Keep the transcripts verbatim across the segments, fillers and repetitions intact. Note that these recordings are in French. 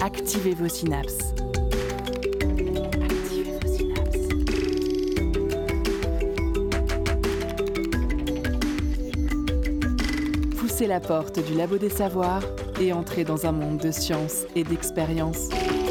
Activez vos synapses. Activez vos synapses. Poussez la porte du Labo des Savoirs et entrez dans un monde de science et d'expérience.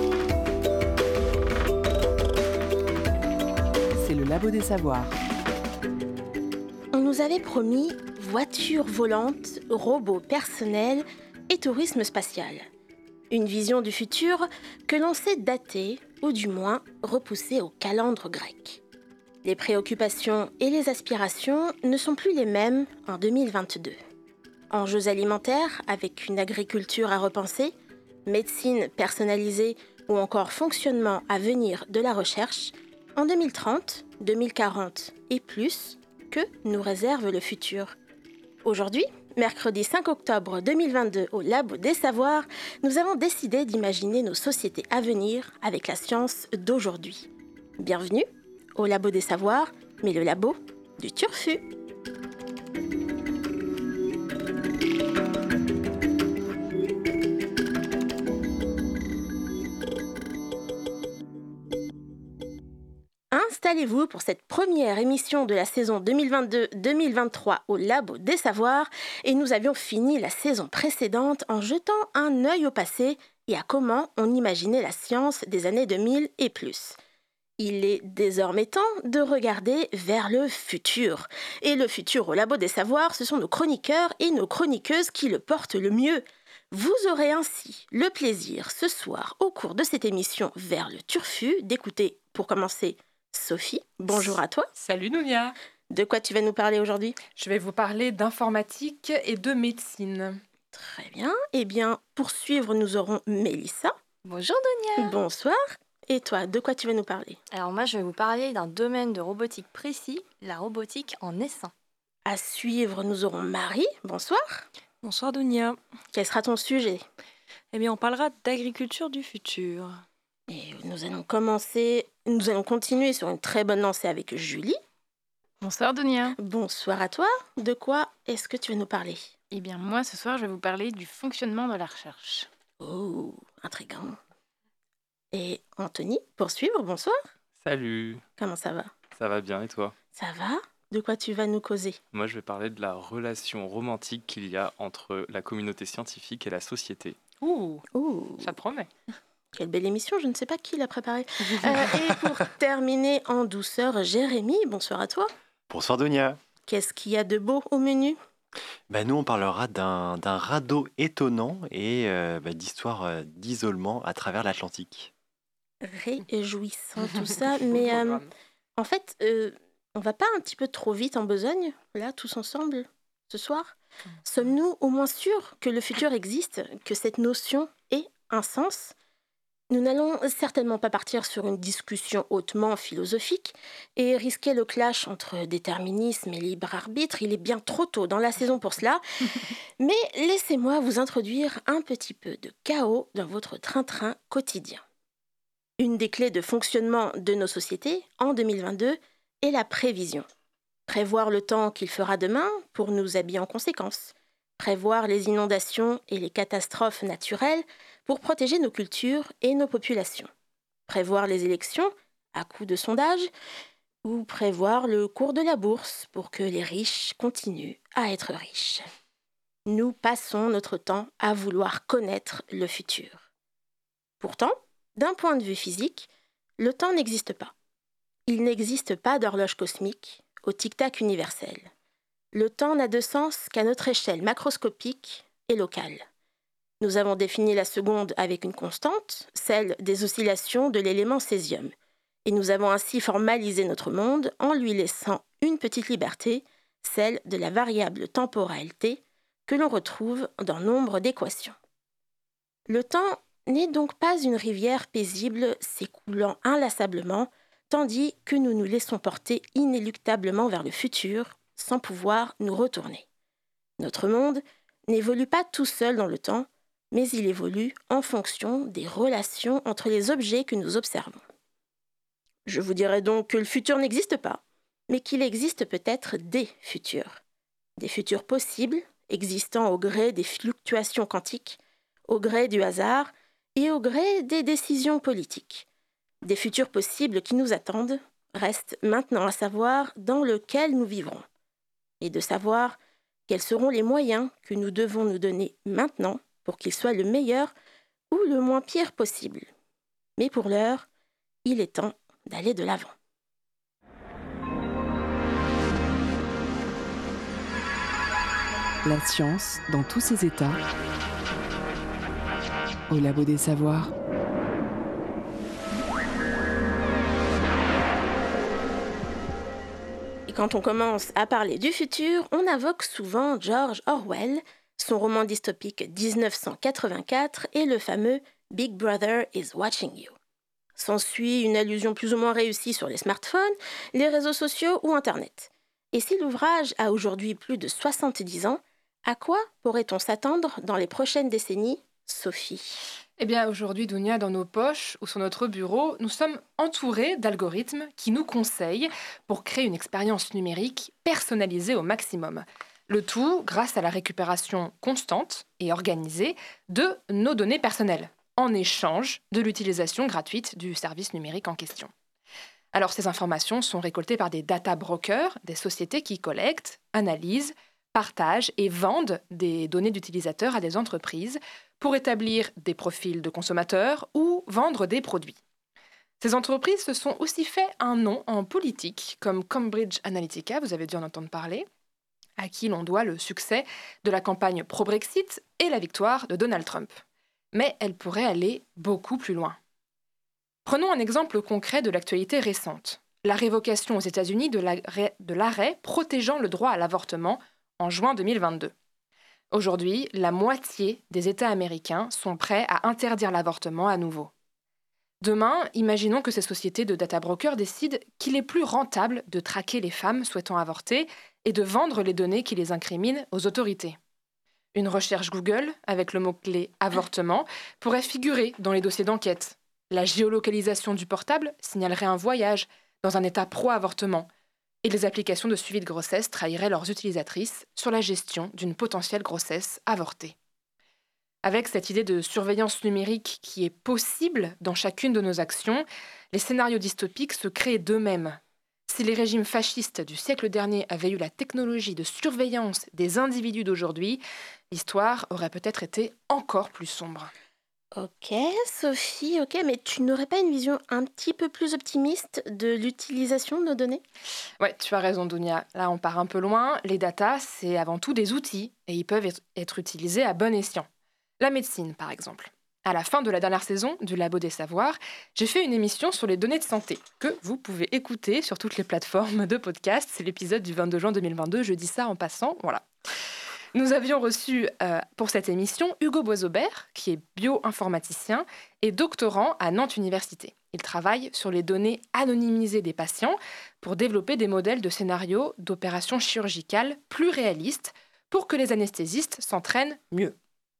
C'est le Labo des Savoirs. On nous avait promis voitures volantes, robots personnels et tourisme spatial. Une vision du futur que l'on sait dater, ou du moins repousser au calendre grec. Les préoccupations et les aspirations ne sont plus les mêmes en deux mille vingt-deux. Enjeux alimentaires avec une agriculture à repenser, médecine personnalisée ou encore fonctionnement à venir de la recherche, en deux mille trente, deux mille quarante et plus, que nous réserve le futur. Aujourd'hui, mercredi cinq octobre deux mille vingt-deux, au Labo des Savoirs, nous avons décidé d'imaginer nos sociétés à venir avec la science d'aujourd'hui. Bienvenue au Labo des Savoirs, mais le labo du Turfu. Installez-vous pour cette première émission de la saison deux mille vingt-deux deux mille vingt-trois au Labo des Savoirs et nous avions fini la saison précédente en jetant un œil au passé et à comment on imaginait la science des années deux mille et plus. Il est désormais temps de regarder vers le futur. Et le futur au Labo des Savoirs, ce sont nos chroniqueurs et nos chroniqueuses qui le portent le mieux. Vous aurez ainsi le plaisir ce soir, au cours de cette émission Vers le Turfu, d'écouter, pour commencer, Sophie, bonjour à toi. Salut Nounia. De quoi tu vas nous parler aujourd'hui ? Je vais vous parler d'informatique et de médecine. Très bien. Eh bien, pour suivre, nous aurons Mélissa. Bonjour Donia. Bonsoir. Et toi, de quoi tu vas nous parler ? Alors moi, je vais vous parler d'un domaine de robotique précis, la robotique en essaim. À suivre, nous aurons Marie. Bonsoir. Bonsoir Donia. Quel sera ton sujet ? Eh bien, on parlera d'agriculture du futur. Et nous allons commencer, nous allons continuer sur une très bonne lancée avec Julie. Bonsoir Donia. Bonsoir à toi. De quoi est-ce que tu vas nous parler ? Eh bien moi ce soir je vais vous parler du fonctionnement de la recherche. Oh, intriguant. Et Anthony, pour suivre, bonsoir. Salut. Comment ça va ? Ça va bien et toi ? Ça va ? De quoi tu vas nous causer ? Moi je vais parler de la relation romantique qu'il y a entre la communauté scientifique et la société. Ouh, Ouh. ça promet. Quelle belle émission, je ne sais pas qui l'a préparée. euh, et pour terminer en douceur, Jérémy, bonsoir à toi. Bonsoir Donia. Qu'est-ce qu'il y a de beau au menu ? Ben, nous on parlera d'un, d'un radeau étonnant et euh, ben, d'histoire euh, d'isolement à travers l'Atlantique. Réjouissant tout ça, mais euh, en fait, euh, on va pas un petit peu trop vite en besogne, là, tous ensemble, ce soir ? Sommes-nous au moins sûrs que le futur existe, que cette notion ait un sens ? Nous n'allons certainement pas partir sur une discussion hautement philosophique et risquer le clash entre déterminisme et libre arbitre. Il est bien trop tôt dans la saison pour cela. Mais laissez-moi vous introduire un petit peu de chaos dans votre train-train quotidien. Une des clés de fonctionnement de nos sociétés en deux mille vingt-deux est la prévision. Prévoir le temps qu'il fera demain pour nous habiller en conséquence. Prévoir les inondations et les catastrophes naturelles pour protéger nos cultures et nos populations. Prévoir les élections à coup de sondage ou prévoir le cours de la bourse pour que les riches continuent à être riches. Nous passons notre temps à vouloir connaître le futur. Pourtant, d'un point de vue physique, le temps n'existe pas. Il n'existe pas d'horloge cosmique au tic-tac universel. Le temps n'a de sens qu'à notre échelle macroscopique et locale. Nous avons défini la seconde avec une constante, celle des oscillations de l'élément césium. Et nous avons ainsi formalisé notre monde en lui laissant une petite liberté, celle de la variable temporelle t, que l'on retrouve dans nombre d'équations. Le temps n'est donc pas une rivière paisible s'écoulant inlassablement, tandis que nous nous laissons porter inéluctablement vers le futur, sans pouvoir nous retourner. Notre monde n'évolue pas tout seul dans le temps, mais il évolue en fonction des relations entre les objets que nous observons. Je vous dirais donc que le futur n'existe pas, mais qu'il existe peut-être des futurs. Des futurs possibles, existant au gré des fluctuations quantiques, au gré du hasard et au gré des décisions politiques. Des futurs possibles qui nous attendent reste maintenant à savoir dans lequel nous vivrons et de savoir quels seront les moyens que nous devons nous donner maintenant pour qu'ils soient le meilleur ou le moins pire possible. Mais pour l'heure, il est temps d'aller de l'avant. La science dans tous ses états au Labo des Savoirs. Et quand on commence à parler du futur, on invoque souvent George Orwell, son roman dystopique dix-neuf cent quatre-vingt-quatre et le fameux Big Brother is watching you. S'ensuit une allusion plus ou moins réussie sur les smartphones, les réseaux sociaux ou Internet. Et si l'ouvrage a aujourd'hui plus de soixante-dix ans, à quoi pourrait-on s'attendre dans les prochaines décennies, Sophie ? Eh bien, aujourd'hui, Dounia, dans nos poches ou sur notre bureau, nous sommes entourés d'algorithmes qui nous conseillent pour créer une expérience numérique personnalisée au maximum. Le tout grâce à la récupération constante et organisée de nos données personnelles, en échange de l'utilisation gratuite du service numérique en question. Alors, ces informations sont récoltées par des data brokers, des sociétés qui collectent, analysent, partagent et vendent des données d'utilisateurs à des entreprises pour établir des profils de consommateurs ou vendre des produits. Ces entreprises se sont aussi fait un nom en politique, comme Cambridge Analytica, vous avez dû en entendre parler, à qui l'on doit le succès de la campagne pro-Brexit et la victoire de Donald Trump. Mais elle pourrait aller beaucoup plus loin. Prenons un exemple concret de l'actualité récente. La révocation aux États-Unis de l'arrêt, de l'arrêt protégeant le droit à l'avortement en juin deux mille vingt-deux. Aujourd'hui, la moitié des États américains sont prêts à interdire l'avortement à nouveau. Demain, imaginons que ces sociétés de data brokers décident qu'il est plus rentable de traquer les femmes souhaitant avorter et de vendre les données qui les incriminent aux autorités. Une recherche Google avec le mot-clé « avortement » pourrait figurer dans les dossiers d'enquête. La géolocalisation du portable signalerait un voyage dans un état pro-avortement et les applications de suivi de grossesse trahiraient leurs utilisatrices sur la gestion d'une potentielle grossesse avortée. Avec cette idée de surveillance numérique qui est possible dans chacune de nos actions, les scénarios dystopiques se créent d'eux-mêmes. Si les régimes fascistes du siècle dernier avaient eu la technologie de surveillance des individus d'aujourd'hui, l'histoire aurait peut-être été encore plus sombre. Ok, Sophie, ok, mais tu n'aurais pas une vision un petit peu plus optimiste de l'utilisation de nos données ? Ouais, tu as raison, Dounia. Là, on part un peu loin. Les datas, c'est avant tout des outils et ils peuvent être utilisés à bon escient. La médecine, par exemple. À la fin de la dernière saison du Labo des Savoirs, j'ai fait une émission sur les données de santé que vous pouvez écouter sur toutes les plateformes de podcast. C'est l'épisode du vingt-deux juin deux mille vingt-deux. Je dis ça en passant, voilà. Nous avions reçu euh, pour cette émission Hugo Boisaubert, qui est bioinformaticien et doctorant à Nantes Université. Il travaille sur les données anonymisées des patients pour développer des modèles de scénarios d'opérations chirurgicales plus réalistes pour que les anesthésistes s'entraînent mieux.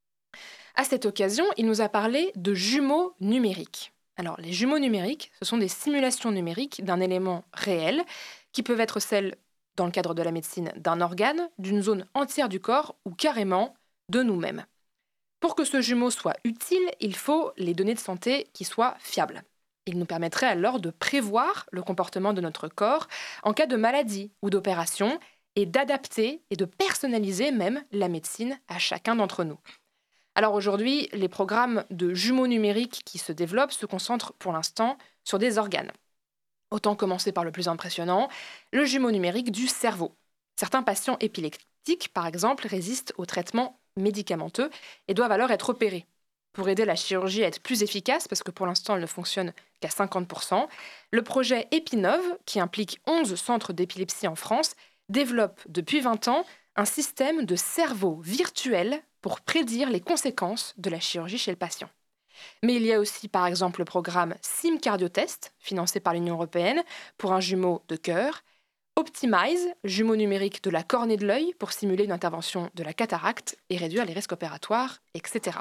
À cette occasion, il nous a parlé de jumeaux numériques. Alors, les jumeaux numériques, ce sont des simulations numériques d'un élément réel qui peuvent être celles dans le cadre de la médecine, d'un organe, d'une zone entière du corps ou carrément de nous-mêmes. Pour que ce jumeau soit utile, il faut les données de santé qui soient fiables. Il nous permettrait alors de prévoir le comportement de notre corps en cas de maladie ou d'opération et d'adapter et de personnaliser même la médecine à chacun d'entre nous. Alors aujourd'hui, les programmes de jumeaux numériques qui se développent se concentrent pour l'instant sur des organes. Autant commencer par le plus impressionnant, le jumeau numérique du cerveau. Certains patients épileptiques, par exemple, résistent aux traitements médicamenteux et doivent alors être opérés. Pour aider la chirurgie à être plus efficace, parce que pour l'instant elle ne fonctionne qu'à cinquante pour cent, le projet Epinove, qui implique onze centres d'épilepsie en France, développe depuis vingt ans un système de cerveau virtuel pour prédire les conséquences de la chirurgie chez le patient. Mais il y a aussi, par exemple, le programme SimCardiotest, financé par l'Union européenne, pour un jumeau de cœur, Optimize, jumeau numérique de la cornée de l'œil pour simuler une intervention de la cataracte et réduire les risques opératoires, et cetera.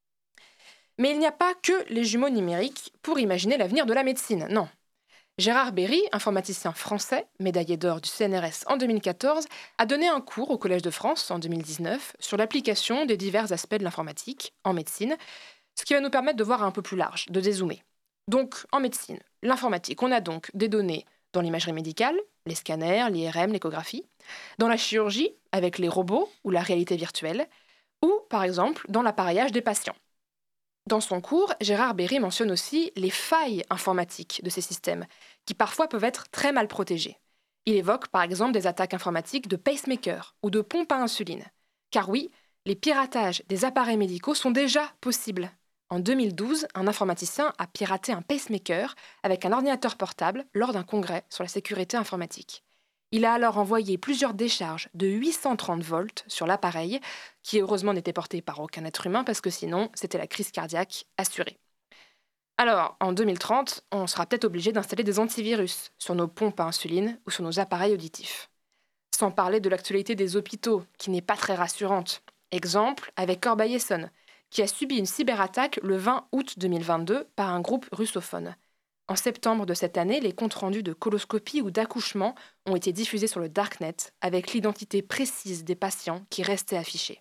Mais il n'y a pas que les jumeaux numériques pour imaginer l'avenir de la médecine, non. Gérard Berry, informaticien français, médaillé d'or du C N R S en deux mille quatorze, a donné un cours au Collège de France en deux mille dix-neuf sur l'application des divers aspects de l'informatique en médecine. ce qui va nous permettre de voir un peu plus large, de dézoomer. Donc, en médecine, l'informatique, on a donc des données dans l'imagerie médicale, les scanners, l'I R M, l'échographie, dans la chirurgie, avec les robots ou la réalité virtuelle, ou, par exemple, dans l'appareillage des patients. Dans son cours, Gérard Berry mentionne aussi les failles informatiques de ces systèmes, qui parfois peuvent être très mal protégés. Il évoque, par exemple, des attaques informatiques de pacemakers ou de pompes à insuline. Car oui, les piratages des appareils médicaux sont déjà possibles. En deux mille douze, un informaticien a piraté un pacemaker avec un ordinateur portable lors d'un congrès sur la sécurité informatique. Il a alors envoyé plusieurs décharges de huit cent trente volts sur l'appareil, qui heureusement n'était porté par aucun être humain parce que sinon, c'était la crise cardiaque assurée. Alors, en deux mille trente, on sera peut-être obligé d'installer des antivirus sur nos pompes à insuline ou sur nos appareils auditifs. Sans parler de l'actualité des hôpitaux, qui n'est pas très rassurante. Exemple avec Corbeil-Essonnes, qui a subi une cyberattaque le vingt août deux mille vingt-deux par un groupe russophone. En septembre de cette année, les comptes rendus de coloscopie ou d'accouchement ont été diffusés sur le Darknet avec l'identité précise des patients qui restaient affichés.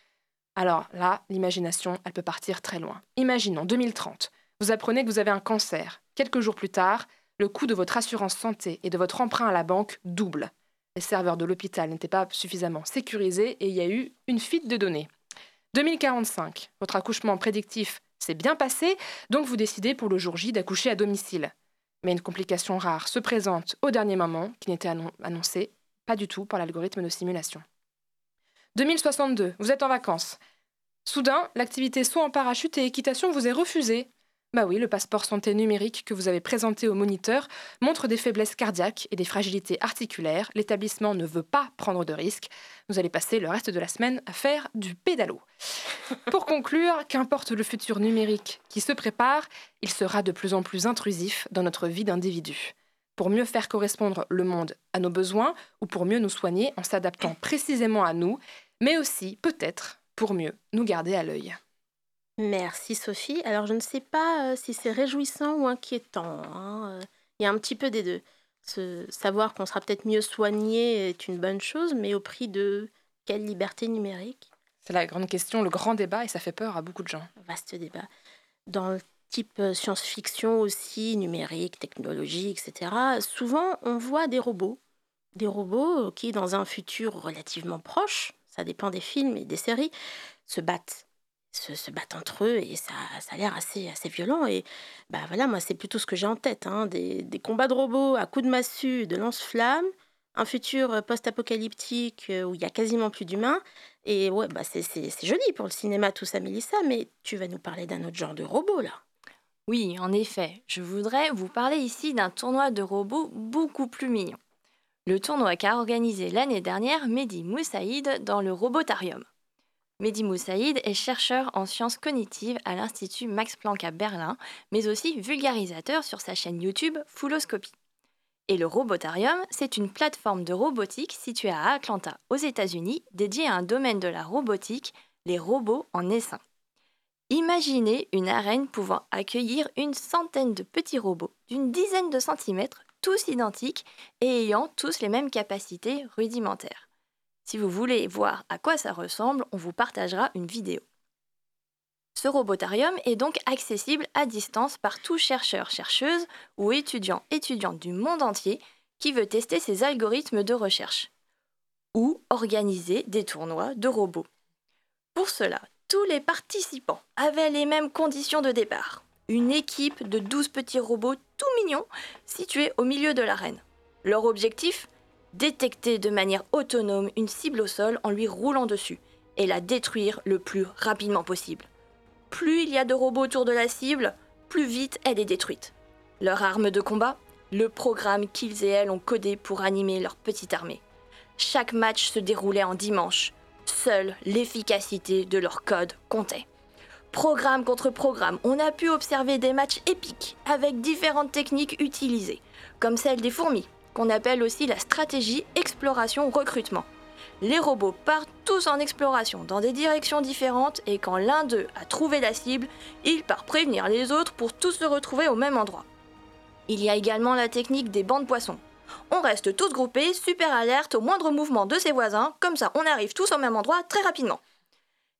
Alors là, l'imagination, elle peut partir très loin. Imaginons deux mille trente, vous apprenez que vous avez un cancer. Quelques jours plus tard, le coût de votre assurance santé et de votre emprunt à la banque double. Les serveurs de l'hôpital n'étaient pas suffisamment sécurisés et il y a eu une fuite de données. deux mille quarante-cinq, votre accouchement prédictif s'est bien passé, donc vous décidez pour le jour J d'accoucher à domicile. Mais une complication rare se présente au dernier moment, qui n'était annon- annoncée pas du tout par l'algorithme de simulation. deux mille soixante-deux, vous êtes en vacances. Soudain, l'activité saut en parachute et équitation vous est refusée. Bah oui, le passeport santé numérique que vous avez présenté au moniteur montre des faiblesses cardiaques et des fragilités articulaires. L'établissement ne veut pas prendre de risques. Vous allez passer le reste de la semaine à faire du pédalo. Pour conclure, qu'importe le futur numérique qui se prépare, il sera de plus en plus intrusif dans notre vie d'individu. Pour mieux faire correspondre le monde à nos besoins ou pour mieux nous soigner en s'adaptant précisément à nous, mais aussi, peut-être, pour mieux nous garder à l'œil. Merci Sophie. Alors je ne sais pas euh, si c'est réjouissant ou inquiétant. Hein. Euh, Il y a un petit peu des deux. Se, savoir qu'on sera peut-être mieux soigné est une bonne chose, mais au prix de quelle liberté numérique ? C'est la grande question, le grand débat, et ça fait peur à beaucoup de gens. Vaste débat. Dans le type euh, science-fiction aussi, numérique, technologie, et cetera, souvent on voit des robots. Des robots qui, dans un futur relativement proche, ça dépend des films et des séries, se battent. Se, se battent entre eux et ça, ça a l'air assez, assez violent. Et bah voilà, moi, c'est plutôt ce que j'ai en tête. Hein, des, des combats de robots à coups de massue, de lance-flammes, un futur post-apocalyptique où il y a quasiment plus d'humains. Et ouais, bah c'est, c'est, c'est joli pour le cinéma, tout ça, Mélissa, mais tu vas nous parler d'un autre genre de robot, là. Oui, en effet, je voudrais vous parler ici d'un tournoi de robots beaucoup plus mignon. Le tournoi qu'a organisé l'année dernière Mehdi Moussaïd dans le Robotarium. Mehdi Moussaïd est chercheur en sciences cognitives à l'Institut Max Planck à Berlin, mais aussi vulgarisateur sur sa chaîne YouTube Fulloscopy. Et le Robotarium, c'est une plateforme de robotique située à Atlanta, aux États-Unis, dédiée à un domaine de la robotique, les robots en essaim. Imaginez une arène pouvant accueillir une centaine de petits robots d'une dizaine de centimètres, tous identiques et ayant tous les mêmes capacités rudimentaires. Si vous voulez voir à quoi ça ressemble, on vous partagera une vidéo. Ce robotarium est donc accessible à distance par tout chercheur, chercheuse ou étudiant, étudiante du monde entier qui veut tester ses algorithmes de recherche ou organiser des tournois de robots. Pour cela, tous les participants avaient les mêmes conditions de départ. Une équipe de douze petits robots tout mignons situés au milieu de l'arène. Leur objectif ? Détecter de manière autonome une cible au sol en lui roulant dessus et la détruire le plus rapidement possible. Plus il y a de robots autour de la cible, plus vite elle est détruite. Leur arme de combat, le programme qu'ils et elles ont codé pour animer leur petite armée. Chaque match se déroulait en dimanche. Seule l'efficacité de leur code comptait. Programme contre programme, on a pu observer des matchs épiques avec différentes techniques utilisées, comme celle des fourmis, qu'on appelle aussi la stratégie exploration-recrutement. Les robots partent tous en exploration dans des directions différentes et quand l'un d'eux a trouvé la cible, il part prévenir les autres pour tous se retrouver au même endroit. Il y a également la technique des bancs de poissons. On reste tous groupés, super alerte au moindre mouvement de ses voisins, comme ça on arrive tous au même endroit très rapidement.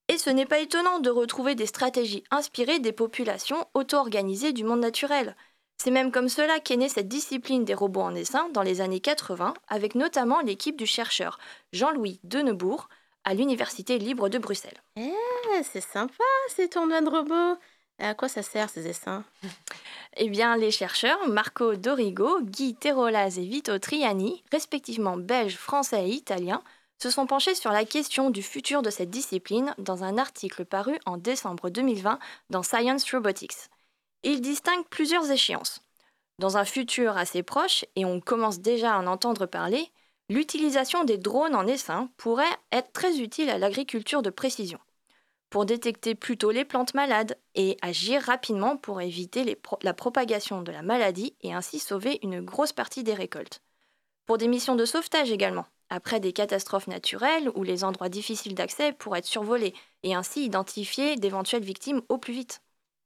Et ce n'est pas étonnant de retrouver des stratégies inspirées des populations auto-organisées du monde naturel. C'est même comme cela qu'est née cette discipline des robots en essaim dans les années quatre-vingts, avec notamment l'équipe du chercheur Jean-Louis Denebourg à l'Université libre de Bruxelles. Eh, c'est sympa ces tournois de robots. Et à quoi ça sert ces essaims? Eh bien, les chercheurs Marco Dorigo, Guy Terolaz et Vito Triani, respectivement belges, français et italiens, se sont penchés sur la question du futur de cette discipline dans un article paru en décembre deux mille vingt dans Science Robotics. Ils distinguent plusieurs échéances. Dans un futur assez proche, et on commence déjà à en entendre parler, l'utilisation des drones en essaim pourrait être très utile à l'agriculture de précision, pour détecter plus tôt les plantes malades et agir rapidement pour éviter les pro- la propagation de la maladie et ainsi sauver une grosse partie des récoltes. Pour des missions de sauvetage également, après des catastrophes naturelles où les endroits difficiles d'accès pourraient être survolés et ainsi identifier d'éventuelles victimes au plus vite.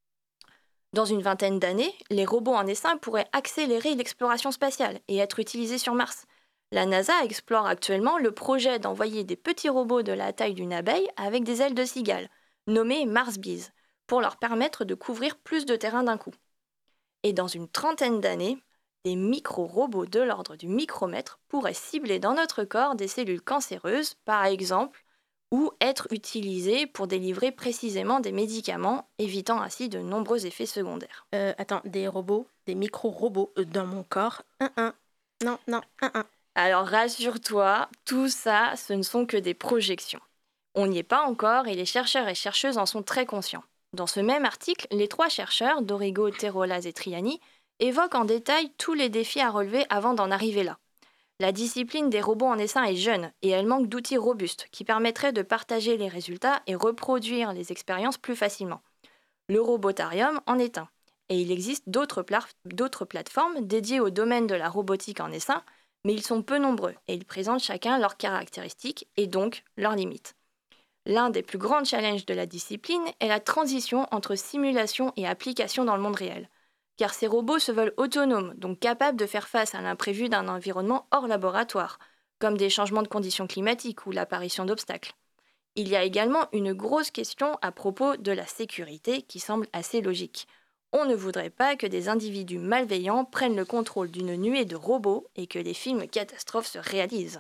Dans une vingtaine d'années, les robots en essaim pourraient accélérer l'exploration spatiale et être utilisés sur Mars. La NASA explore actuellement le projet d'envoyer des petits robots de la taille d'une abeille avec des ailes de cigale, nommés Mars Bees, pour leur permettre de couvrir plus de terrain d'un coup. Et dans une trentaine d'années, des micro-robots de l'ordre du micromètre pourraient cibler dans notre corps des cellules cancéreuses, par exemple, ou être utilisés pour délivrer précisément des médicaments, évitant ainsi de nombreux effets secondaires. Euh, attends, des robots, des micro-robots euh, dans mon corps. Un, un. Non, non, un, un. Alors rassure-toi, tout ça, ce ne sont que des projections. On n'y est pas encore et les chercheurs et chercheuses en sont très conscients. Dans ce même article, les trois chercheurs, Dorigo, Terolaz et Triani, évoquent en détail tous les défis à relever avant d'en arriver là. La discipline des robots en essaim est jeune et elle manque d'outils robustes qui permettraient de partager les résultats et reproduire les expériences plus facilement. Le Robotarium en est un. Et il existe d'autres, pla- d'autres plateformes dédiées au domaine de la robotique en essaim, mais ils sont peu nombreux et ils présentent chacun leurs caractéristiques et donc leurs limites. L'un des plus grands challenges de la discipline est la transition entre simulation et application dans le monde réel. Car ces robots se veulent autonomes, donc capables de faire face à l'imprévu d'un environnement hors laboratoire, comme des changements de conditions climatiques ou l'apparition d'obstacles. Il y a également une grosse question à propos de la sécurité qui semble assez logique. On ne voudrait pas que des individus malveillants prennent le contrôle d'une nuée de robots et que les films catastrophes se réalisent.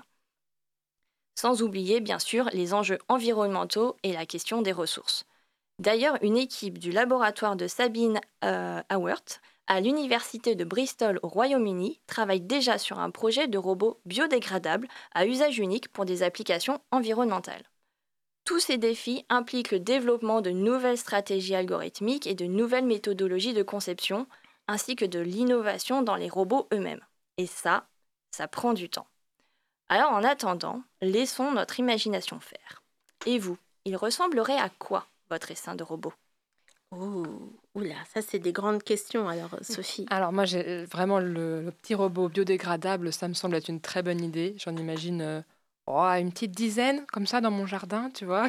Sans oublier, bien sûr, les enjeux environnementaux et la question des ressources. D'ailleurs, une équipe du laboratoire de Sabine euh, Auwert à l'université de Bristol au Royaume-Uni travaille déjà sur un projet de robot biodégradable à usage unique pour des applications environnementales. Tous ces défis impliquent le développement de nouvelles stratégies algorithmiques et de nouvelles méthodologies de conception, ainsi que de l'innovation dans les robots eux-mêmes. Et ça, ça prend du temps. Alors en attendant, laissons notre imagination faire. Et vous, il ressemblerait à quoi votre essaim de robot? Oh, oula, ça c'est des grandes questions alors, Sophie. Alors moi, j'ai vraiment le, le petit robot biodégradable, ça me semble être une très bonne idée. J'en imagine euh, oh, une petite dizaine comme ça dans mon jardin, tu vois.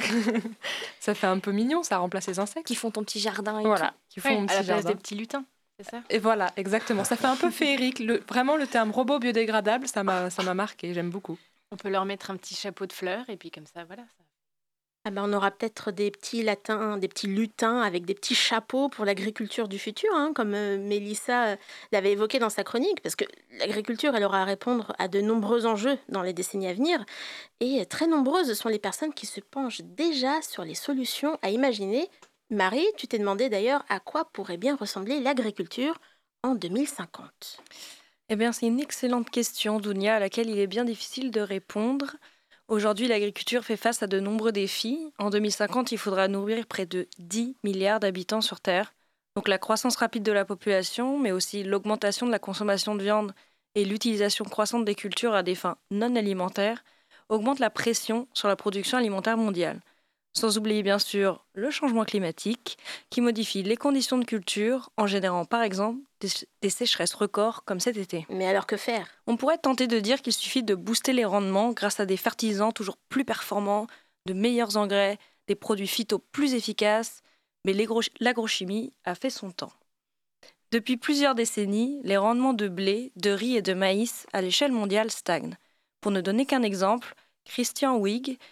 Ça fait un peu mignon, ça remplace les insectes. Qui font ton petit jardin et Voilà, tout. qui font Oui, mon à petit la place jardin. des petits lutins, c'est ça? Et voilà, exactement. Ça fait un peu féerique. Le, vraiment, le terme robot biodégradable, ça m'a, ça m'a marqué. J'aime beaucoup. On peut leur mettre un petit chapeau de fleurs et puis comme ça, voilà. Ça... Ah ben, on aura peut-être des petits latins, des petits lutins avec des petits chapeaux pour l'agriculture du futur, hein, comme euh, Mélissa euh, l'avait évoqué dans sa chronique, parce que l'agriculture, elle aura à répondre à de nombreux enjeux dans les décennies à venir, et très nombreuses sont les personnes qui se penchent déjà sur les solutions à imaginer. Marie, tu t'es demandé d'ailleurs à quoi pourrait bien ressembler l'agriculture en deux mille cinquante. Eh bien, c'est une excellente question, Dounia, à laquelle il est bien difficile de répondre. Aujourd'hui, l'agriculture fait face à de nombreux défis. En deux mille cinquante, il faudra nourrir près de dix milliards d'habitants sur Terre. Donc la croissance rapide de la population, mais aussi l'augmentation de la consommation de viande et l'utilisation croissante des cultures à des fins non alimentaires augmentent la pression sur la production alimentaire mondiale. Sans oublier bien sûr le changement climatique qui modifie les conditions de culture en générant par exemple des, des sécheresses records comme cet été. Mais alors que faire? On pourrait tenter de dire qu'il suffit de booster les rendements grâce à des fertilisants toujours plus performants, de meilleurs engrais, des produits phyto plus efficaces, mais l'agrochimie a fait son temps. Depuis plusieurs décennies, les rendements de blé, de riz et de maïs à l'échelle mondiale stagnent. Pour ne donner qu'un exemple, Christian Wig,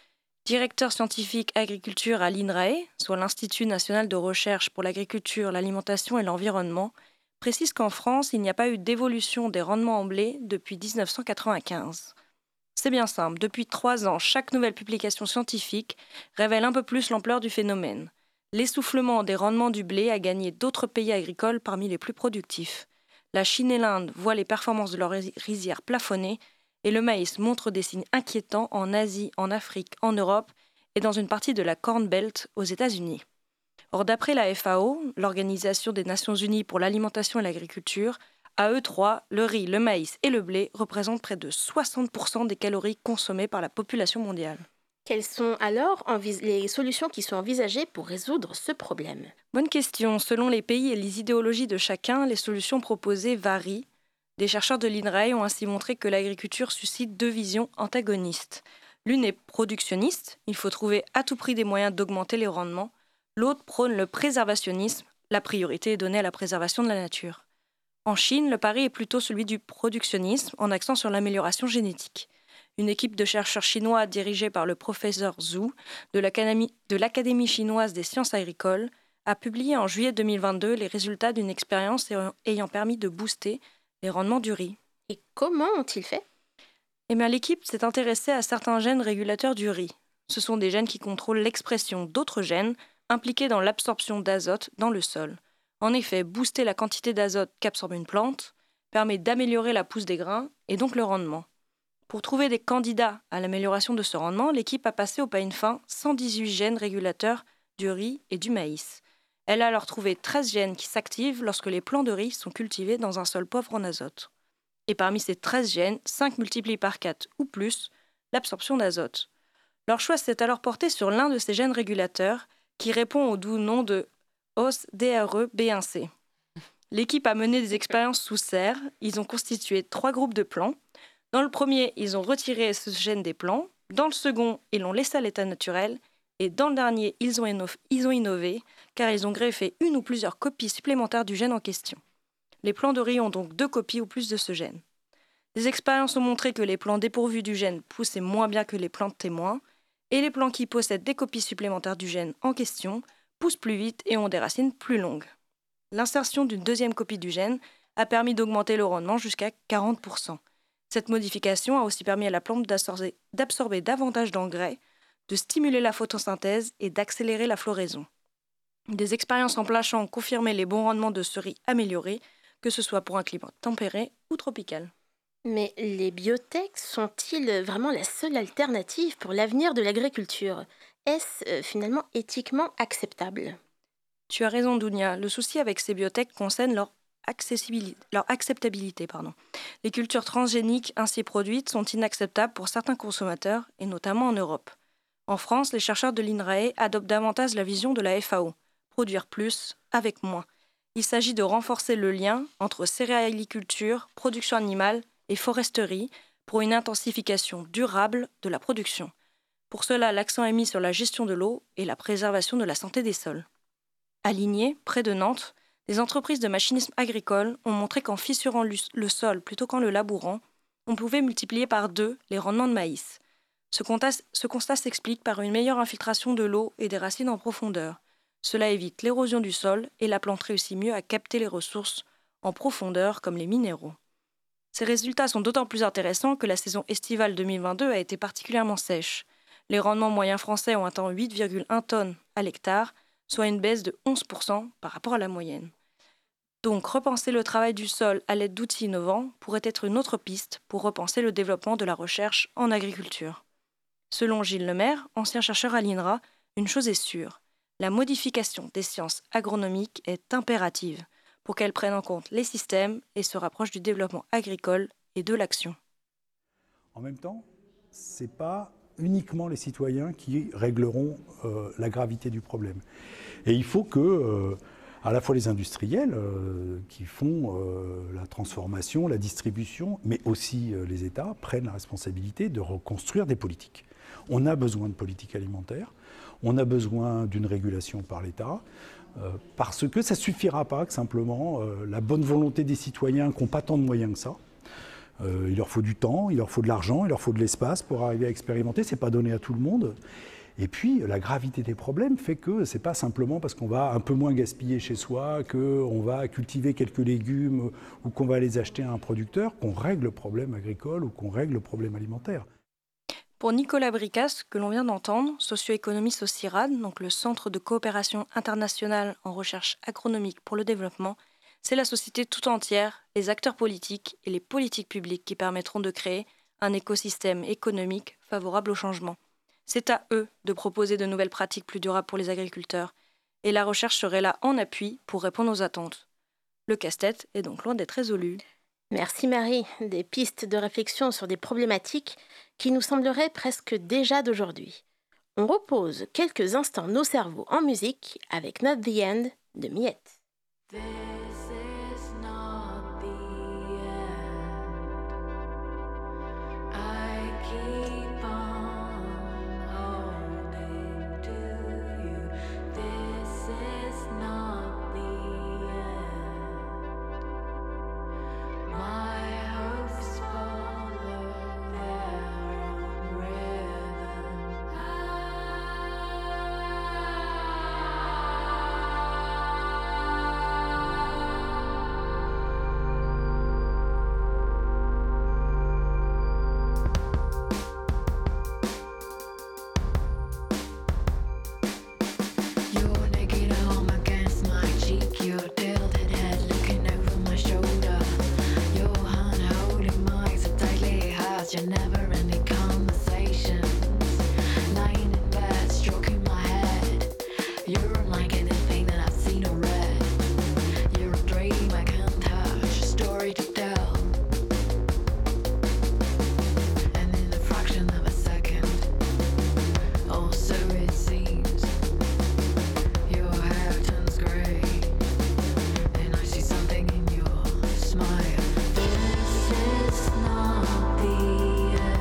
directeur scientifique agriculture à l'INRAE, soit l'Institut national de recherche pour l'agriculture, l'alimentation et l'environnement, précise qu'en France, il n'y a pas eu d'évolution des rendements en blé depuis dix-neuf cent quatre-vingt-quinze. C'est bien simple, depuis trois ans, chaque nouvelle publication scientifique révèle un peu plus l'ampleur du phénomène. L'essoufflement des rendements du blé a gagné d'autres pays agricoles parmi les plus productifs. La Chine et l'Inde voient les performances de leurs rizières plafonner et le maïs montre des signes inquiétants en Asie, en Afrique, en Europe et dans une partie de la Corn Belt aux États-Unis. Or, d'après la F A O, l'Organisation des Nations Unies pour l'alimentation et l'agriculture, à eux trois, le riz, le maïs et le blé représentent près de soixante pour cent des calories consommées par la population mondiale. Quelles sont alors envis- les solutions qui sont envisagées pour résoudre ce problème ? Bonne question. Selon les pays et les idéologies de chacun, les solutions proposées varient. Des chercheurs de l'INRAE ont ainsi montré que l'agriculture suscite deux visions antagonistes. L'une est productionniste, il faut trouver à tout prix des moyens d'augmenter les rendements. L'autre prône le préservationnisme, la priorité est donnée à la préservation de la nature. En Chine, le pari est plutôt celui du productionnisme, en accent sur l'amélioration génétique. Une équipe de chercheurs chinois dirigée par le professeur Zhu de l'Académie, de l'Académie chinoise des sciences agricoles a publié en juillet deux mille vingt-deux les résultats d'une expérience ayant permis de booster les rendements du riz. Et comment ont-ils fait ? Eh bien, l'équipe s'est intéressée à certains gènes régulateurs du riz. Ce sont des gènes qui contrôlent l'expression d'autres gènes impliqués dans l'absorption d'azote dans le sol. En effet, booster la quantité d'azote qu'absorbe une plante permet d'améliorer la pousse des grains et donc le rendement. Pour trouver des candidats à l'amélioration de ce rendement, l'équipe a passé au peigne fin cent dix-huit gènes régulateurs du riz et du maïs. Elle a alors trouvé treize gènes qui s'activent lorsque les plants de riz sont cultivés dans un sol pauvre en azote. Et parmi ces treize gènes, cinq multiplient par quatre ou plus l'absorption d'azote. Leur choix s'est alors porté sur l'un de ces gènes régulateurs qui répond au doux nom de O S D R E B un C. L'équipe a mené des expériences sous serre. Ils ont constitué trois groupes de plants. Dans le premier, ils ont retiré ce gène des plants. Dans le second, ils l'ont laissé à l'état naturel. Et dans le dernier, ils ont, inno- ils ont innové car ils ont greffé une ou plusieurs copies supplémentaires du gène en question. Les plants de riz ont donc deux copies ou plus de ce gène. Les expériences ont montré que les plants dépourvus du gène poussaient moins bien que les plants témoins et les plants qui possèdent des copies supplémentaires du gène en question poussent plus vite et ont des racines plus longues. L'insertion d'une deuxième copie du gène a permis d'augmenter le rendement jusqu'à quarante pour cent. Cette modification a aussi permis à la plante d'absorber, d'absorber davantage d'engrais, de stimuler la photosynthèse et d'accélérer la floraison. Des expériences en plein champ ont confirmé les bons rendements de ce riz amélioré, que ce soit pour un climat tempéré ou tropical. Mais les biotech sont-ils vraiment la seule alternative pour l'avenir de l'agriculture ? Est-ce euh, finalement éthiquement acceptable ? Tu as raison, Dounia. Le souci avec ces biotech concerne leur, accessibilité, leur acceptabilité. Pardon. Les cultures transgéniques ainsi produites sont inacceptables pour certains consommateurs, et notamment en Europe. En France, les chercheurs de l'INRAE adoptent davantage la vision de la F A O, produire plus avec moins. Il s'agit de renforcer le lien entre céréaliculture, production animale et foresterie pour une intensification durable de la production. Pour cela, l'accent est mis sur la gestion de l'eau et la préservation de la santé des sols. À Ligné, près de Nantes, des entreprises de machinisme agricole ont montré qu'en fissurant le sol plutôt qu'en le labourant, on pouvait multiplier par deux les rendements de maïs. Ce constat, ce constat s'explique par une meilleure infiltration de l'eau et des racines en profondeur. Cela évite l'érosion du sol et la plante réussit mieux à capter les ressources en profondeur comme les minéraux. Ces résultats sont d'autant plus intéressants que la saison estivale deux mille vingt-deux a été particulièrement sèche. Les rendements moyens français ont atteint huit virgule un tonnes à l'hectare, soit une baisse de onze pour cent par rapport à la moyenne. Donc, repenser le travail du sol à l'aide d'outils innovants pourrait être une autre piste pour repenser le développement de la recherche en agriculture. Selon Gilles Lemaire, ancien chercheur à l'INRA, une chose est sûre, la modification des sciences agronomiques est impérative pour qu'elles prennent en compte les systèmes et se rapprochent du développement agricole et de l'action. En même temps, ce n'est pas uniquement les citoyens qui régleront euh, la gravité du problème. Et il faut que, euh, à la fois les industriels euh, qui font euh, la transformation, la distribution, mais aussi euh, les États prennent la responsabilité de reconstruire des politiques. On a besoin de politiques alimentaires, on a besoin d'une régulation par l'État, euh, parce que ça ne suffira pas que simplement euh, la bonne volonté des citoyens qui n'ont pas tant de moyens que ça, Euh, il leur faut du temps, il leur faut de l'argent, il leur faut de l'espace pour arriver à expérimenter. Ce n'est pas donné à tout le monde. Et puis, la gravité des problèmes fait que ce n'est pas simplement parce qu'on va un peu moins gaspiller chez soi, qu'on va cultiver quelques légumes ou qu'on va les acheter à un producteur, qu'on règle le problème agricole ou qu'on règle le problème alimentaire. Pour Nicolas Bricas, que l'on vient d'entendre, socio-économiste au CIRAD, donc le Centre de coopération internationale en recherche agronomique pour le développement, c'est la société tout entière, les acteurs politiques et les politiques publiques qui permettront de créer un écosystème économique favorable au changement. C'est à eux de proposer de nouvelles pratiques plus durables pour les agriculteurs, et la recherche serait là en appui pour répondre aux attentes. Le casse-tête est donc loin d'être résolu. Merci Marie, des pistes de réflexion sur des problématiques qui nous sembleraient presque déjà d'aujourd'hui. On repose quelques instants nos cerveaux en musique avec Not the End de Miette. This is not the end.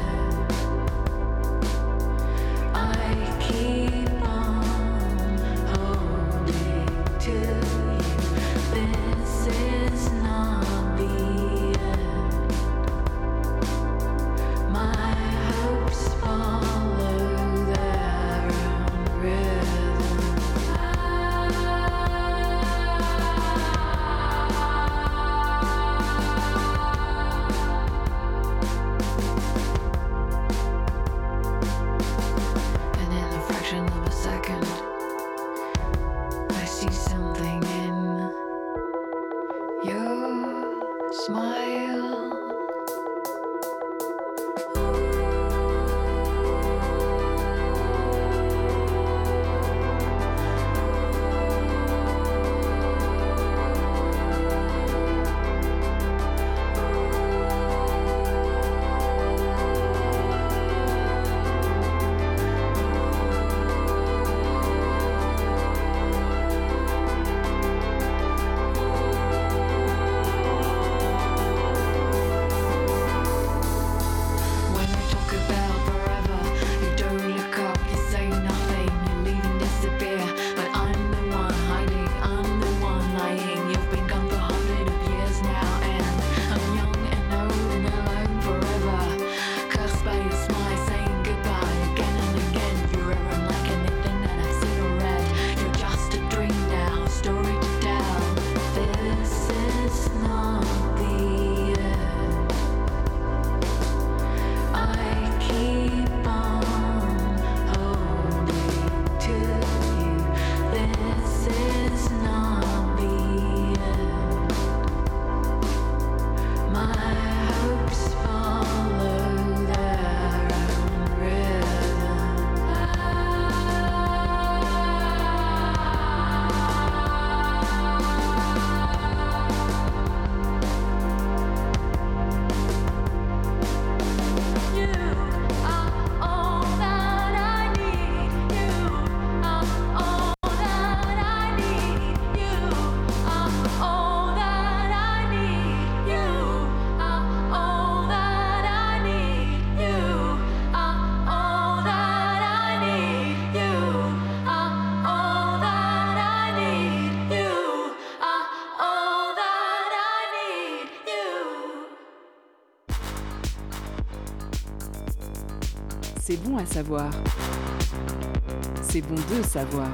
C'est bon à savoir. C'est bon de savoir.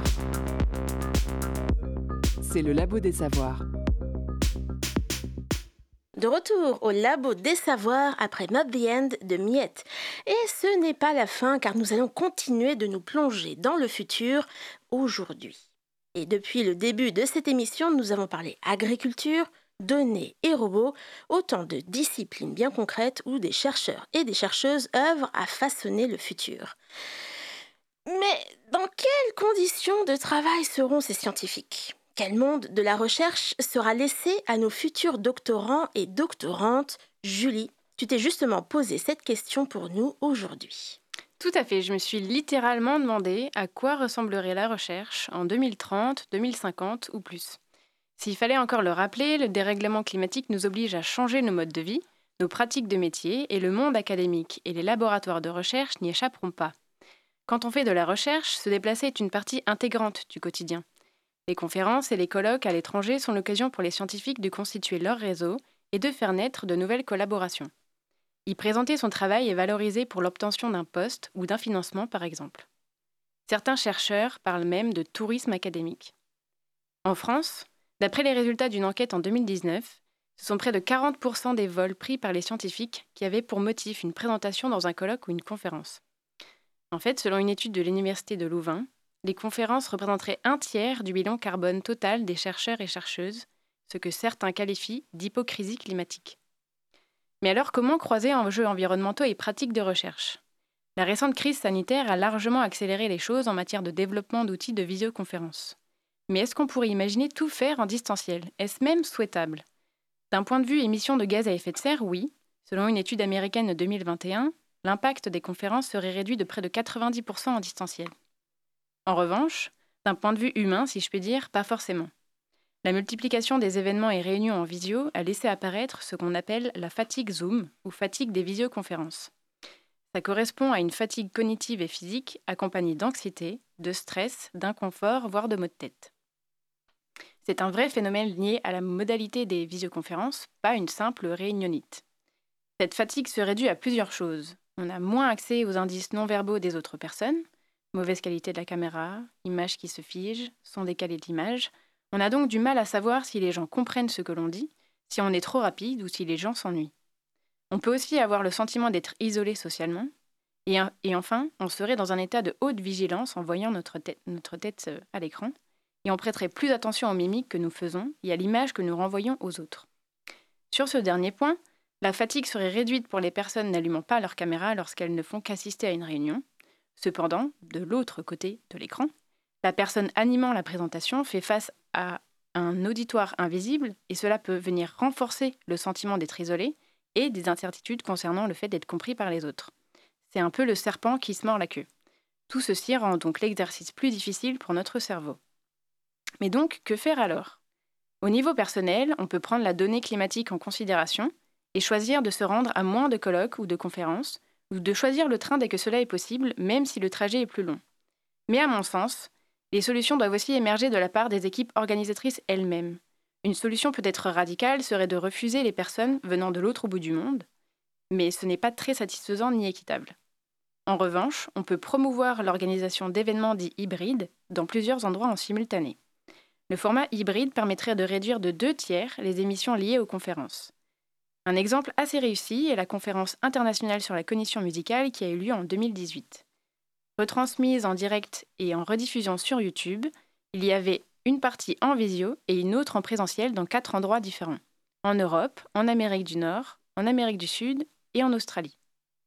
C'est le Labo des Savoirs. De retour au Labo des Savoirs après Not the End de Miette. Et ce n'est pas la fin car nous allons continuer de nous plonger dans le futur aujourd'hui. Et depuis le début de cette émission, nous avons parlé agriculture, données et robots, autant de disciplines bien concrètes où des chercheurs et des chercheuses œuvrent à façonner le futur. Mais dans quelles conditions de travail seront ces scientifiques ? Quel monde de la recherche sera laissé à nos futurs doctorants et doctorantes ? Julie, tu t'es justement posé cette question pour nous aujourd'hui. Tout à fait, je me suis littéralement demandé à quoi ressemblerait la recherche en deux mille trente, deux mille cinquante ou plus. S'il fallait encore le rappeler, le dérèglement climatique nous oblige à changer nos modes de vie, nos pratiques de métier, et le monde académique et les laboratoires de recherche n'y échapperont pas. Quand on fait de la recherche, se déplacer est une partie intégrante du quotidien. Les conférences et les colloques à l'étranger sont l'occasion pour les scientifiques de constituer leur réseau et de faire naître de nouvelles collaborations. Y présenter son travail est valorisé pour l'obtention d'un poste ou d'un financement, par exemple. Certains chercheurs parlent même de tourisme académique. En France, d'après les résultats d'une enquête en deux mille dix-neuf, ce sont près de quarante pour cent des vols pris par les scientifiques qui avaient pour motif une présentation dans un colloque ou une conférence. En fait, selon une étude de l'Université de Louvain, les conférences représenteraient un tiers du bilan carbone total des chercheurs et chercheuses, ce que certains qualifient d'hypocrisie climatique. Mais alors, comment croiser enjeux environnementaux et pratiques de recherche ? La récente crise sanitaire a largement accéléré les choses en matière de développement d'outils de visioconférence. Mais est-ce qu'on pourrait imaginer tout faire en distanciel ? Est-ce même souhaitable ? D'un point de vue émissions de gaz à effet de serre, oui. Selon une étude américaine de deux mille vingt et un, l'impact des conférences serait réduit de près de quatre-vingt-dix pour cent en distanciel. En revanche, d'un point de vue humain, si je puis dire, pas forcément. La multiplication des événements et réunions en visio a laissé apparaître ce qu'on appelle la fatigue Zoom ou fatigue des visioconférences. Ça correspond à une fatigue cognitive et physique accompagnée d'anxiété, de stress, d'inconfort, voire de maux de tête. C'est un vrai phénomène lié à la modalité des visioconférences, pas une simple réunionite. Cette fatigue serait due à plusieurs choses. On a moins accès aux indices non-verbaux des autres personnes, mauvaise qualité de la caméra, images qui se figent, son décalé de l'image. On a donc du mal à savoir si les gens comprennent ce que l'on dit, si on est trop rapide ou si les gens s'ennuient. On peut aussi avoir le sentiment d'être isolé socialement. Et, et enfin, on serait dans un état de haute vigilance en voyant notre tête, notre tête à l'écran, et on prêterait plus attention aux mimiques que nous faisons et à l'image que nous renvoyons aux autres. Sur ce dernier point, la fatigue serait réduite pour les personnes n'allumant pas leur caméra lorsqu'elles ne font qu'assister à une réunion. Cependant, de l'autre côté de l'écran, la personne animant la présentation fait face à un auditoire invisible et cela peut venir renforcer le sentiment d'être isolé et des incertitudes concernant le fait d'être compris par les autres. C'est un peu le serpent qui se mord la queue. Tout ceci rend donc l'exercice plus difficile pour notre cerveau. Mais donc, que faire alors ? Au niveau personnel, on peut prendre la donnée climatique en considération et choisir de se rendre à moins de colloques ou de conférences, ou de choisir le train dès que cela est possible, même si le trajet est plus long. Mais à mon sens, les solutions doivent aussi émerger de la part des équipes organisatrices elles-mêmes. Une solution peut-être radicale serait de refuser les personnes venant de l'autre bout du monde, mais ce n'est pas très satisfaisant ni équitable. En revanche, on peut promouvoir l'organisation d'événements dits hybrides dans plusieurs endroits en simultané. Le format hybride permettrait de réduire de deux tiers les émissions liées aux conférences. Un exemple assez réussi est la conférence internationale sur la cognition musicale qui a eu lieu en deux mille dix-huit. Retransmise en direct et en rediffusion sur YouTube, il y avait une partie en visio et une autre en présentiel dans quatre endroits différents. En Europe, en Amérique du Nord, en Amérique du Sud et en Australie.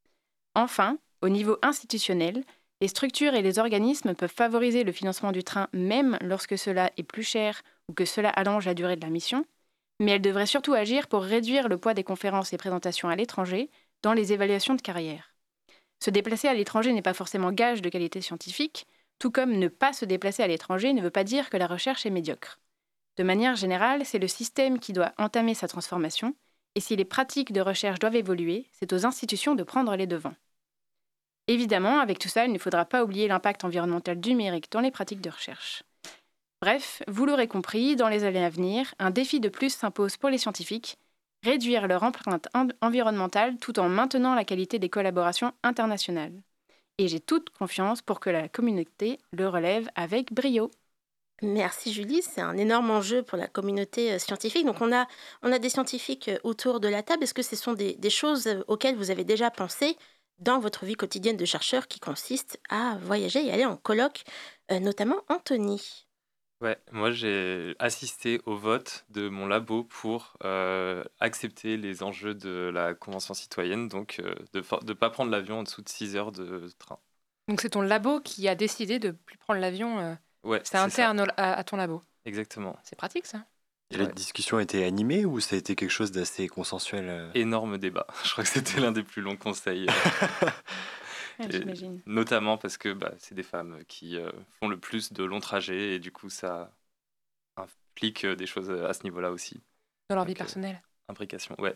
Enfin, au niveau institutionnel, les structures et les organismes peuvent favoriser le financement du train même lorsque cela est plus cher ou que cela allonge la durée de la mission, mais elles devraient surtout agir pour réduire le poids des conférences et présentations à l'étranger dans les évaluations de carrière. Se déplacer à l'étranger n'est pas forcément gage de qualité scientifique, tout comme ne pas se déplacer à l'étranger ne veut pas dire que la recherche est médiocre. De manière générale, c'est le système qui doit entamer sa transformation, et si les pratiques de recherche doivent évoluer, c'est aux institutions de prendre les devants. Évidemment, avec tout ça, il ne faudra pas oublier l'impact environnemental du numérique dans les pratiques de recherche. Bref, vous l'aurez compris, dans les années à venir, un défi de plus s'impose pour les scientifiques, réduire leur empreinte environnementale tout en maintenant la qualité des collaborations internationales. Et j'ai toute confiance pour que la communauté le relève avec brio. Merci Julie, c'est un énorme enjeu pour la communauté euh, scientifique. Donc on a, on a des scientifiques euh, autour de la table. Est-ce que ce sont des, des choses euh, auxquelles vous avez déjà pensé dans votre vie quotidienne de chercheur qui consiste à voyager et aller en colloque, euh, notamment Anthony? Ouais, moi j'ai assisté au vote de mon labo pour euh, accepter les enjeux de la Convention citoyenne, donc euh, de ne pas prendre l'avion en dessous de six heures de train. Donc c'est ton labo qui a décidé de plus prendre l'avion. euh, Ouais, C'est c'est ça, interne au- à, à ton labo. exactement. C'est pratique ça. Et la Ouais. discussion a été animée ou ça a été quelque chose d'assez consensuel euh Énorme débat. Je crois que c'était l'un des plus longs conseils, euh, Ouais, et j'imagine. notamment parce que bah, c'est des femmes qui euh, font le plus de longs trajets et du coup ça implique euh, des choses à ce niveau-là aussi. Dans leur vie Donc, euh, personnelle. Imbrication, ouais.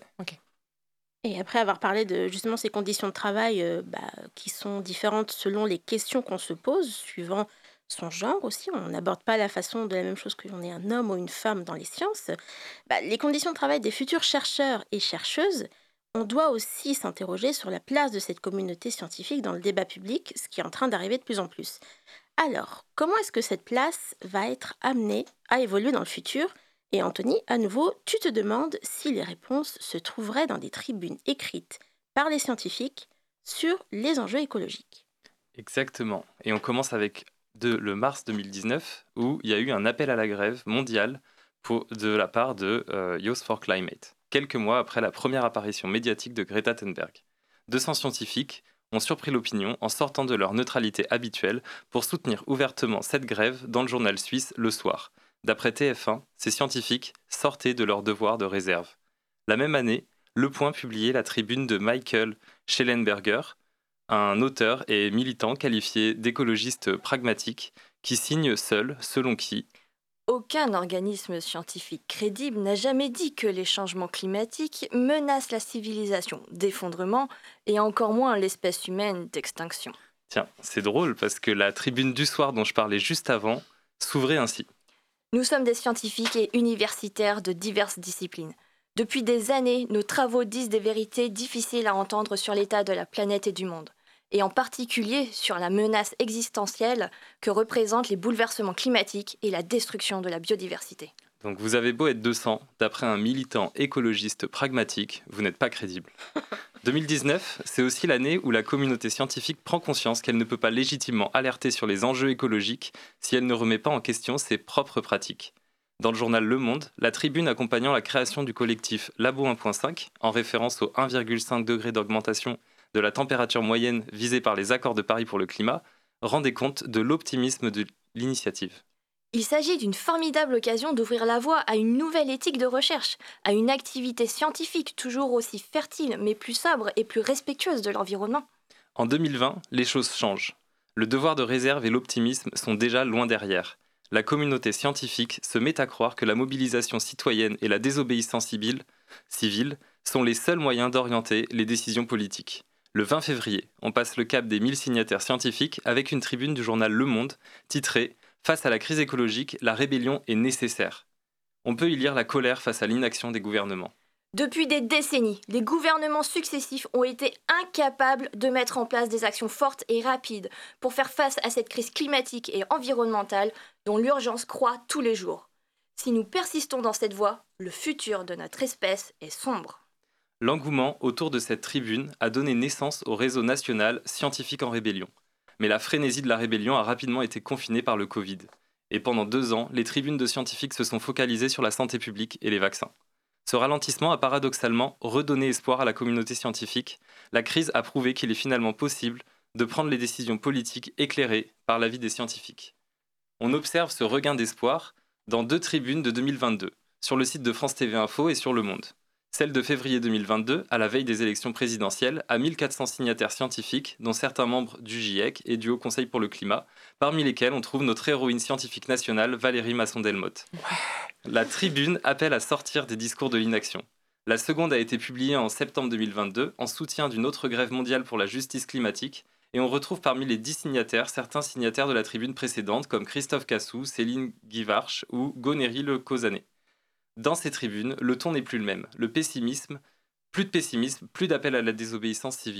Et après avoir parlé de justement ces conditions de travail euh, bah, qui sont différentes selon les questions qu'on se pose, suivant son genre aussi, on n'aborde pas la façon de la même chose que l'on est un homme ou une femme dans les sciences, bah, les conditions de travail des futurs chercheurs et chercheuses, on doit aussi s'interroger sur la place de cette communauté scientifique dans le débat public, ce qui est en train d'arriver de plus en plus. Alors, comment est-ce que cette place va être amenée à évoluer dans le futur? Et Anthony, à nouveau, tu te demandes si les réponses se trouveraient dans des tribunes écrites par les scientifiques sur les enjeux écologiques. Exactement. Et on commence avec de, le mars deux mille dix-neuf, où il y a eu un appel à la grève mondiale pour, de la part de euh, Youth for Climate, quelques mois après la première apparition médiatique de Greta Thunberg. deux cents scientifiques ont surpris l'opinion en sortant de leur neutralité habituelle pour soutenir ouvertement cette grève dans le journal suisse Le Soir. D'après T F un, ces scientifiques sortaient de leur devoir de réserve. La même année, Le Point publiait la tribune de Michael Schellenberger, un auteur et militant qualifié d'écologiste pragmatique qui signe seul, selon qui Aucun organisme scientifique crédible n'a jamais dit que les changements climatiques menacent la civilisation d'effondrement et encore moins l'espèce humaine d'extinction. Tiens, c'est drôle parce que la tribune du soir dont je parlais juste avant s'ouvrait ainsi. Nous sommes des scientifiques et universitaires de diverses disciplines. Depuis des années, nos travaux disent des vérités difficiles à entendre sur l'état de la planète et du monde, et en particulier sur la menace existentielle que représentent les bouleversements climatiques et la destruction de la biodiversité. Donc vous avez beau être deux cents, d'après un militant écologiste pragmatique, vous n'êtes pas crédible. deux mille dix-neuf, c'est aussi l'année où la communauté scientifique prend conscience qu'elle ne peut pas légitimement alerter sur les enjeux écologiques si elle ne remet pas en question ses propres pratiques. Dans le journal Le Monde, la tribune accompagnant la création du collectif Labo un point cinq, en référence au un virgule cinq degré d'augmentation de la température moyenne visée par les accords de Paris pour le climat, rendait compte de l'optimisme de l'initiative. Il s'agit d'une formidable occasion d'ouvrir la voie à une nouvelle éthique de recherche, à une activité scientifique toujours aussi fertile, mais plus sobre et plus respectueuse de l'environnement. En deux mille vingt, les choses changent. Le devoir de réserve et l'optimisme sont déjà loin derrière. La communauté scientifique se met à croire que la mobilisation citoyenne et la désobéissance civile, civile sont les seuls moyens d'orienter les décisions politiques. Le vingt février, on passe le cap des mille signataires scientifiques avec une tribune du journal Le Monde titrée « Face à la crise écologique, la rébellion est nécessaire ». On peut y lire la colère face à l'inaction des gouvernements. Depuis des décennies, les gouvernements successifs ont été incapables de mettre en place des actions fortes et rapides pour faire face à cette crise climatique et environnementale dont l'urgence croît tous les jours. Si nous persistons dans cette voie, le futur de notre espèce est sombre. L'engouement autour de cette tribune a donné naissance au réseau national Scientifiques en rébellion. Mais la frénésie de la rébellion a rapidement été confinée par le Covid. Et pendant deux ans, les tribunes de scientifiques se sont focalisées sur la santé publique et les vaccins. Ce ralentissement a paradoxalement redonné espoir à la communauté scientifique. La crise a prouvé qu'il est finalement possible de prendre les décisions politiques éclairées par l'avis des scientifiques. On observe ce regain d'espoir dans deux tribunes de deux mille vingt-deux, sur le site de France T V Info et sur Le Monde. Celle de février deux mille vingt-deux, à la veille des élections présidentielles, à mille quatre cents signataires scientifiques, dont certains membres du GIEC et du Haut Conseil pour le climat, parmi lesquels on trouve notre héroïne scientifique nationale, Valérie Masson-Delmotte. La tribune appelle à sortir des discours de l'inaction. La seconde a été publiée en septembre deux mille vingt-deux, en soutien d'une autre grève mondiale pour la justice climatique, et on retrouve parmi les dix signataires certains signataires de la tribune précédente, comme Christophe Cassou, Céline Guivarch ou Gonéry Le Causanet. Dans ces tribunes, le ton n'est plus le même. Le pessimisme, plus de pessimisme, plus d'appel à la désobéissance civile.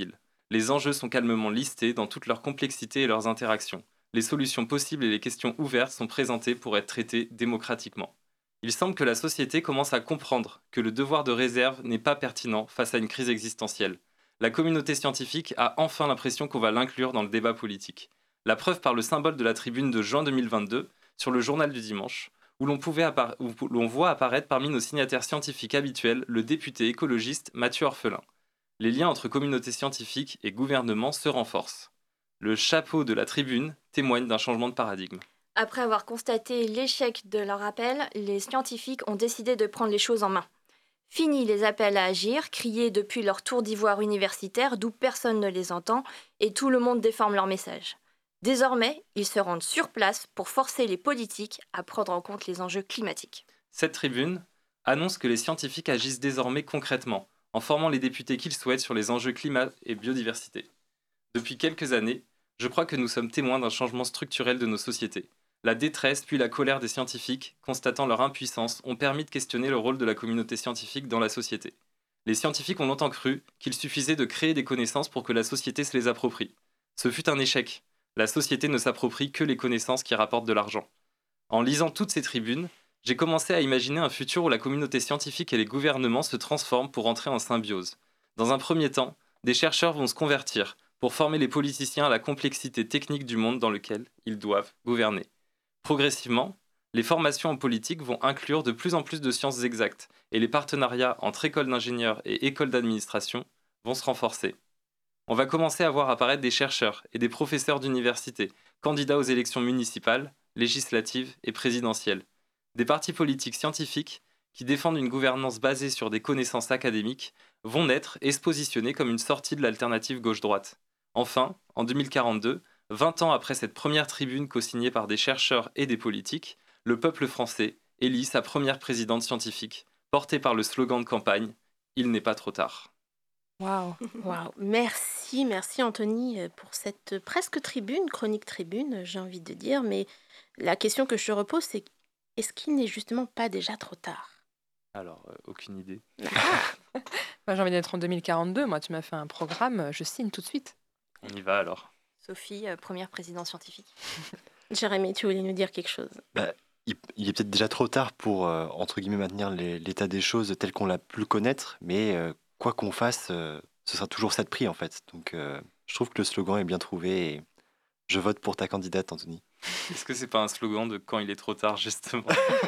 Les enjeux sont calmement listés dans toute leur complexité et leurs interactions. Les solutions possibles et les questions ouvertes sont présentées pour être traitées démocratiquement. Il semble que la société commence à comprendre que le devoir de réserve n'est pas pertinent face à une crise existentielle. La communauté scientifique a enfin l'impression qu'on va l'inclure dans le débat politique. La preuve par le symbole de la tribune de juin deux mille vingt-deux sur le journal du dimanche, où l'on, pouvait appara- où l'on voit apparaître parmi nos signataires scientifiques habituels le député écologiste Mathieu Orphelin. Les liens entre communauté scientifique et gouvernement se renforcent. Le chapeau de la tribune témoigne d'un changement de paradigme. Après avoir constaté l'échec de leur appel, les scientifiques ont décidé de prendre les choses en main. Fini les appels à agir, criés depuis leur tour d'ivoire universitaire d'où personne ne les entend et tout le monde déforme leur message. Désormais, ils se rendent sur place pour forcer les politiques à prendre en compte les enjeux climatiques. Cette tribune annonce que les scientifiques agissent désormais concrètement, en formant les députés qu'ils souhaitent sur les enjeux climat et biodiversité. Depuis quelques années, je crois que nous sommes témoins d'un changement structurel de nos sociétés. La détresse puis la colère des scientifiques, constatant leur impuissance, ont permis de questionner le rôle de la communauté scientifique dans la société. Les scientifiques ont longtemps cru qu'il suffisait de créer des connaissances pour que la société se les approprie. Ce fut un échec. La société ne s'approprie que les connaissances qui rapportent de l'argent. En lisant toutes ces tribunes, j'ai commencé à imaginer un futur où la communauté scientifique et les gouvernements se transforment pour entrer en symbiose. Dans un premier temps, des chercheurs vont se convertir pour former les politiciens à la complexité technique du monde dans lequel ils doivent gouverner. Progressivement, les formations en politique vont inclure de plus en plus de sciences exactes et les partenariats entre écoles d'ingénieurs et écoles d'administration vont se renforcer. On va commencer à voir apparaître des chercheurs et des professeurs d'université, candidats aux élections municipales, législatives et présidentielles. Des partis politiques scientifiques qui défendent une gouvernance basée sur des connaissances académiques vont naître et se positionner comme une sortie de l'alternative gauche-droite. Enfin, en deux mille quarante-deux, vingt ans après cette première tribune co-signée par des chercheurs et des politiques, le peuple français élit sa première présidente scientifique, portée par le slogan de campagne « Il n'est pas trop tard ». Waouh, waouh. Merci, merci Anthony pour cette presque tribune, chronique tribune, j'ai envie de dire. Mais la question que je repose, c'est est-ce qu'il n'est justement pas déjà trop tard? Alors, euh, aucune idée. Ah, Moi, j'ai envie d'être en deux mille quarante-deux. Moi, tu m'as fait un programme, je signe tout de suite. On y va alors. Sophie, euh, première présidente scientifique. Jérémy, tu voulais nous dire quelque chose? Bah, il, il est peut-être déjà trop tard pour, euh, entre guillemets, maintenir les- l'état des choses tel qu'on l'a pu le connaître, mais euh, quoi qu'on fasse, euh, ce sera toujours ça de prix, en fait. Donc, euh, je trouve que le slogan est bien trouvé et je vote pour ta candidate, Anthony. Est-ce que c'est pas un slogan de quand il est trop tard, justement?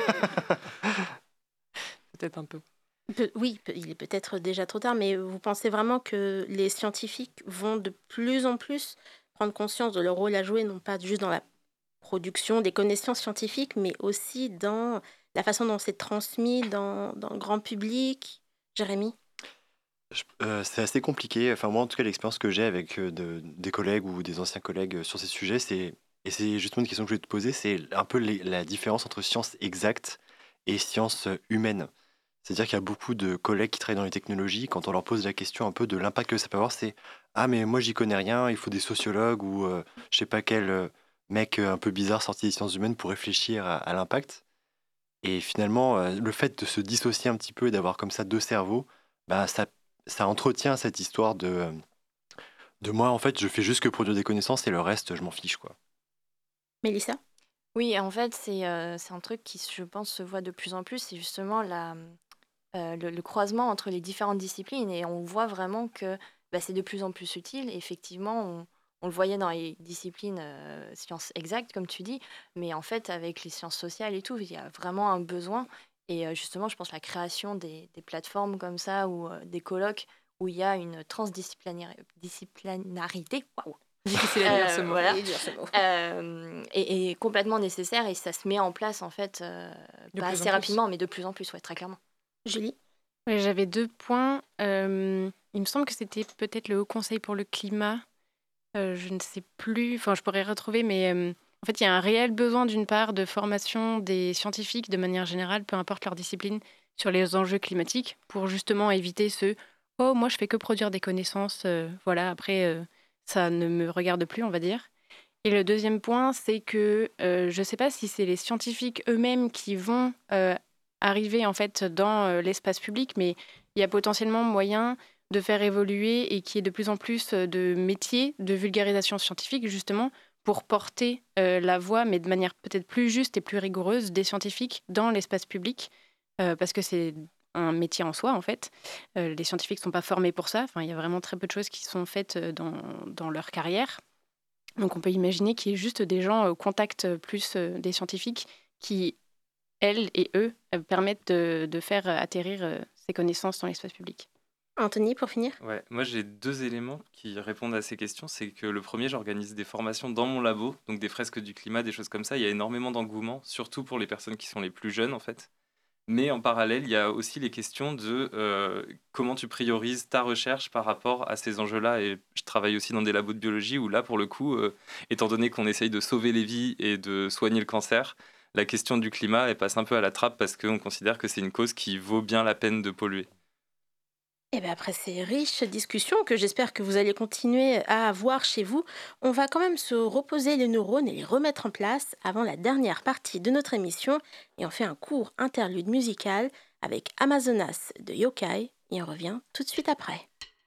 Peut-être un peu. Pe- oui, pe- il est peut-être déjà trop tard, mais vous pensez vraiment que les scientifiques vont de plus en plus prendre conscience de leur rôle à jouer, non pas juste dans la production des connaissances scientifiques, mais aussi dans la façon dont c'est transmis dans, dans le grand public? Jérémy? Je- euh, c'est assez compliqué. Enfin, moi, en tout cas, l'expérience que j'ai avec euh, de- des collègues ou des anciens collègues euh, sur ces sujets, c'est, et c'est justement une question que je vais te poser, c'est un peu les- la différence entre sciences exactes et sciences euh, humaines. C'est-à-dire qu'il y a beaucoup de collègues qui travaillent dans les technologies, quand on leur pose la question un peu de l'impact que ça peut avoir, c'est ah, mais moi, j'y connais rien, il faut des sociologues ou euh, je sais pas quel euh, mec euh, un peu bizarre sorti des sciences humaines pour réfléchir à, à l'impact. Et finalement, euh, le fait de se dissocier un petit peu et d'avoir comme ça deux cerveaux, bah, ça, ça entretient cette histoire de, euh, de moi, en fait, je fais juste que produire des connaissances et le reste, je m'en fiche, quoi. Mélissa? Oui, en fait, c'est euh, c'est un truc qui, je pense, se voit de plus en plus. C'est justement la, euh, le, le croisement entre les différentes disciplines. Et on voit vraiment que bah, c'est de plus en plus utile. Effectivement, on, on le voyait dans les disciplines euh, sciences exactes, comme tu dis. Mais en fait, avec les sciences sociales et tout, il y a vraiment un besoin. Et euh, justement, je pense la création des, des plateformes comme ça ou euh, des colloques où il y a une transdisciplinarité. Disciplinarité, waouh, Difficile à dire Euh, ce mot. voilà. Oui, dire ce mot. euh, est, est complètement nécessaire et ça se met en place en fait euh, De pas plus en assez plus. rapidement mais de plus en plus, ouais, très clairement. Julie? Oui, j'avais deux points. Euh, il me semble que c'était peut-être le Haut Conseil pour le climat. Euh, je ne sais plus. Enfin, je pourrais retrouver, mais euh, en fait, il y a un réel besoin d'une part de formation des scientifiques de manière générale, peu importe leur discipline, sur les enjeux climatiques, pour justement éviter ce oh, moi, je fais que produire des connaissances. euh, voilà, après, euh, ça ne me regarde plus, on va dire. Et le deuxième point, c'est que euh, je ne sais pas si c'est les scientifiques eux-mêmes qui vont euh, arriver en fait dans euh, l'espace public, mais il y a potentiellement moyen de faire évoluer et qu'il y ait de plus en plus de métiers de vulgarisation scientifique, justement, pour porter euh, la voix, mais de manière peut-être plus juste et plus rigoureuse, des scientifiques dans l'espace public, euh, parce que c'est un métier en soi, en fait. Euh, les scientifiques ne sont pas formés pour ça. Enfin, il y a vraiment très peu de choses qui sont faites dans, dans leur carrière. Donc, on peut imaginer qu'il y ait juste des gens au contact plus euh, des scientifiques qui, elles et eux, euh, permettent de, de faire atterrir euh, ces connaissances dans l'espace public. Anthony, pour finir ? Ouais, moi j'ai deux éléments qui répondent à ces questions. C'est que le premier, j'organise des formations dans mon labo, donc des fresques du climat, des choses comme ça. Il y a énormément d'engouement, surtout pour les personnes qui sont les plus jeunes en fait. Mais en parallèle, il y a aussi les questions de euh, comment tu priorises ta recherche par rapport à ces enjeux-là. Et je travaille aussi dans des labos de biologie où là, pour le coup, euh, étant donné qu'on essaye de sauver les vies et de soigner le cancer, la question du climat, elle passe un peu à la trappe parce qu'on considère que c'est une cause qui vaut bien la peine de polluer. Et bien après ces riches discussions que j'espère que vous allez continuer à avoir chez vous, on va quand même se reposer les neurones et les remettre en place avant la dernière partie de notre émission. Et on fait un court interlude musical avec Amazonas de Yokai et on revient tout de suite après.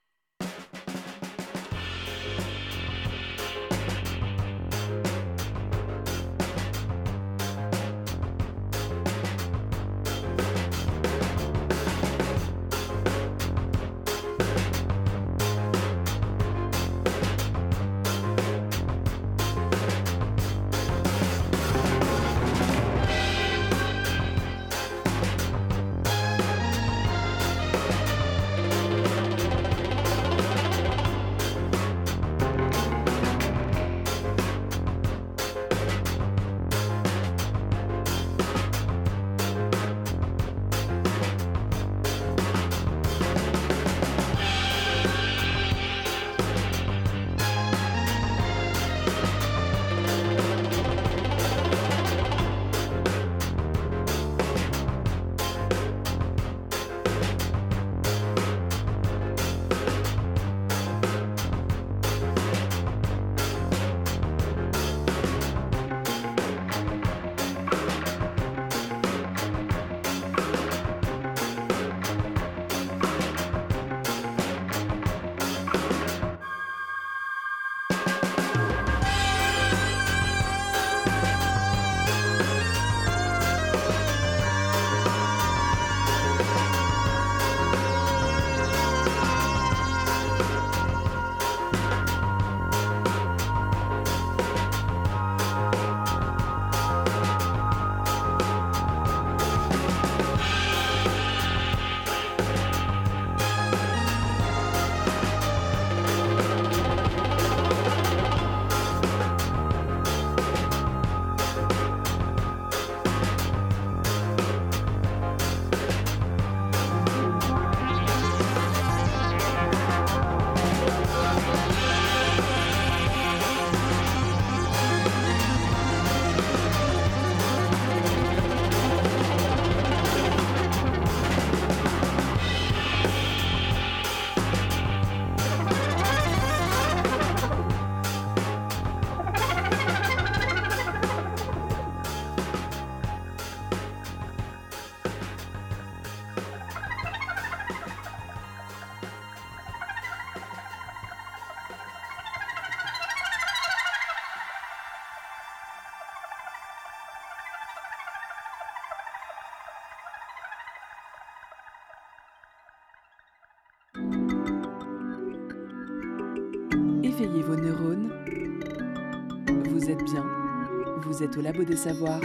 Éveillez vos neurones. Vous êtes bien. Vous êtes au Labo des Savoirs.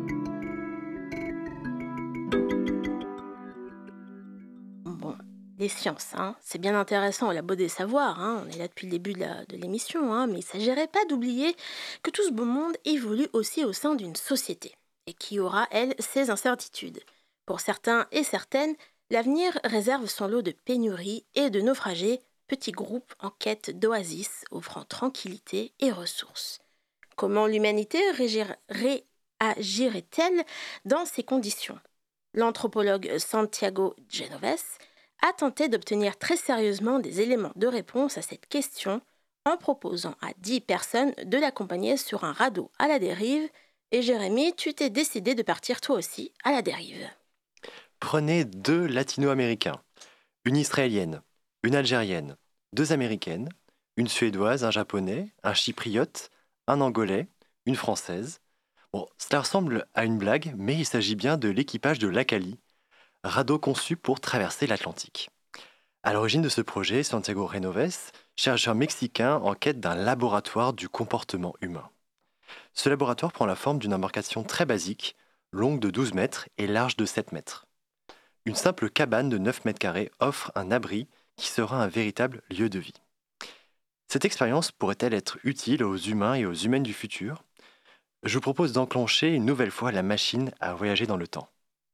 Bon, les sciences, hein, c'est bien intéressant au Labo des Savoirs. Hein, on est là depuis le début de, la, de l'émission, hein, mais il ne s'agirait pas d'oublier que tout ce beau monde évolue aussi au sein d'une société et qui aura, elle, ses incertitudes. Pour certains et certaines, l'avenir réserve son lot de pénuries et de naufragés, petits groupes en quête d'oasis offrant tranquillité et ressources. Comment l'humanité régir- réagirait-elle dans ces conditions ? L'anthropologue Santiago Genoves a tenté d'obtenir très sérieusement des éléments de réponse à cette question en proposant à dix personnes de l'accompagner sur un radeau à la dérive. Et Jérémy, tu t'es décidé de partir toi aussi à la dérive. Prenez deux latino-américains, une israélienne, une Algérienne, deux Américaines, une Suédoise, un Japonais, un Chypriote, un Angolais, une Française. Bon, cela ressemble à une blague, mais il s'agit bien de l'équipage de l'Acali, radeau conçu pour traverser l'Atlantique. À l'origine de ce projet, Santiago Renoves, chercheur mexicain en quête d'un laboratoire du comportement humain. Ce laboratoire prend la forme d'une embarcation très basique, longue de douze mètres et large de sept mètres. Une simple cabane de neuf mètres carrés offre un abri qui sera un véritable lieu de vie. Cette expérience pourrait-elle être utile aux humains et aux humaines du futur ? Je vous propose d'enclencher une nouvelle fois la machine à voyager dans le temps.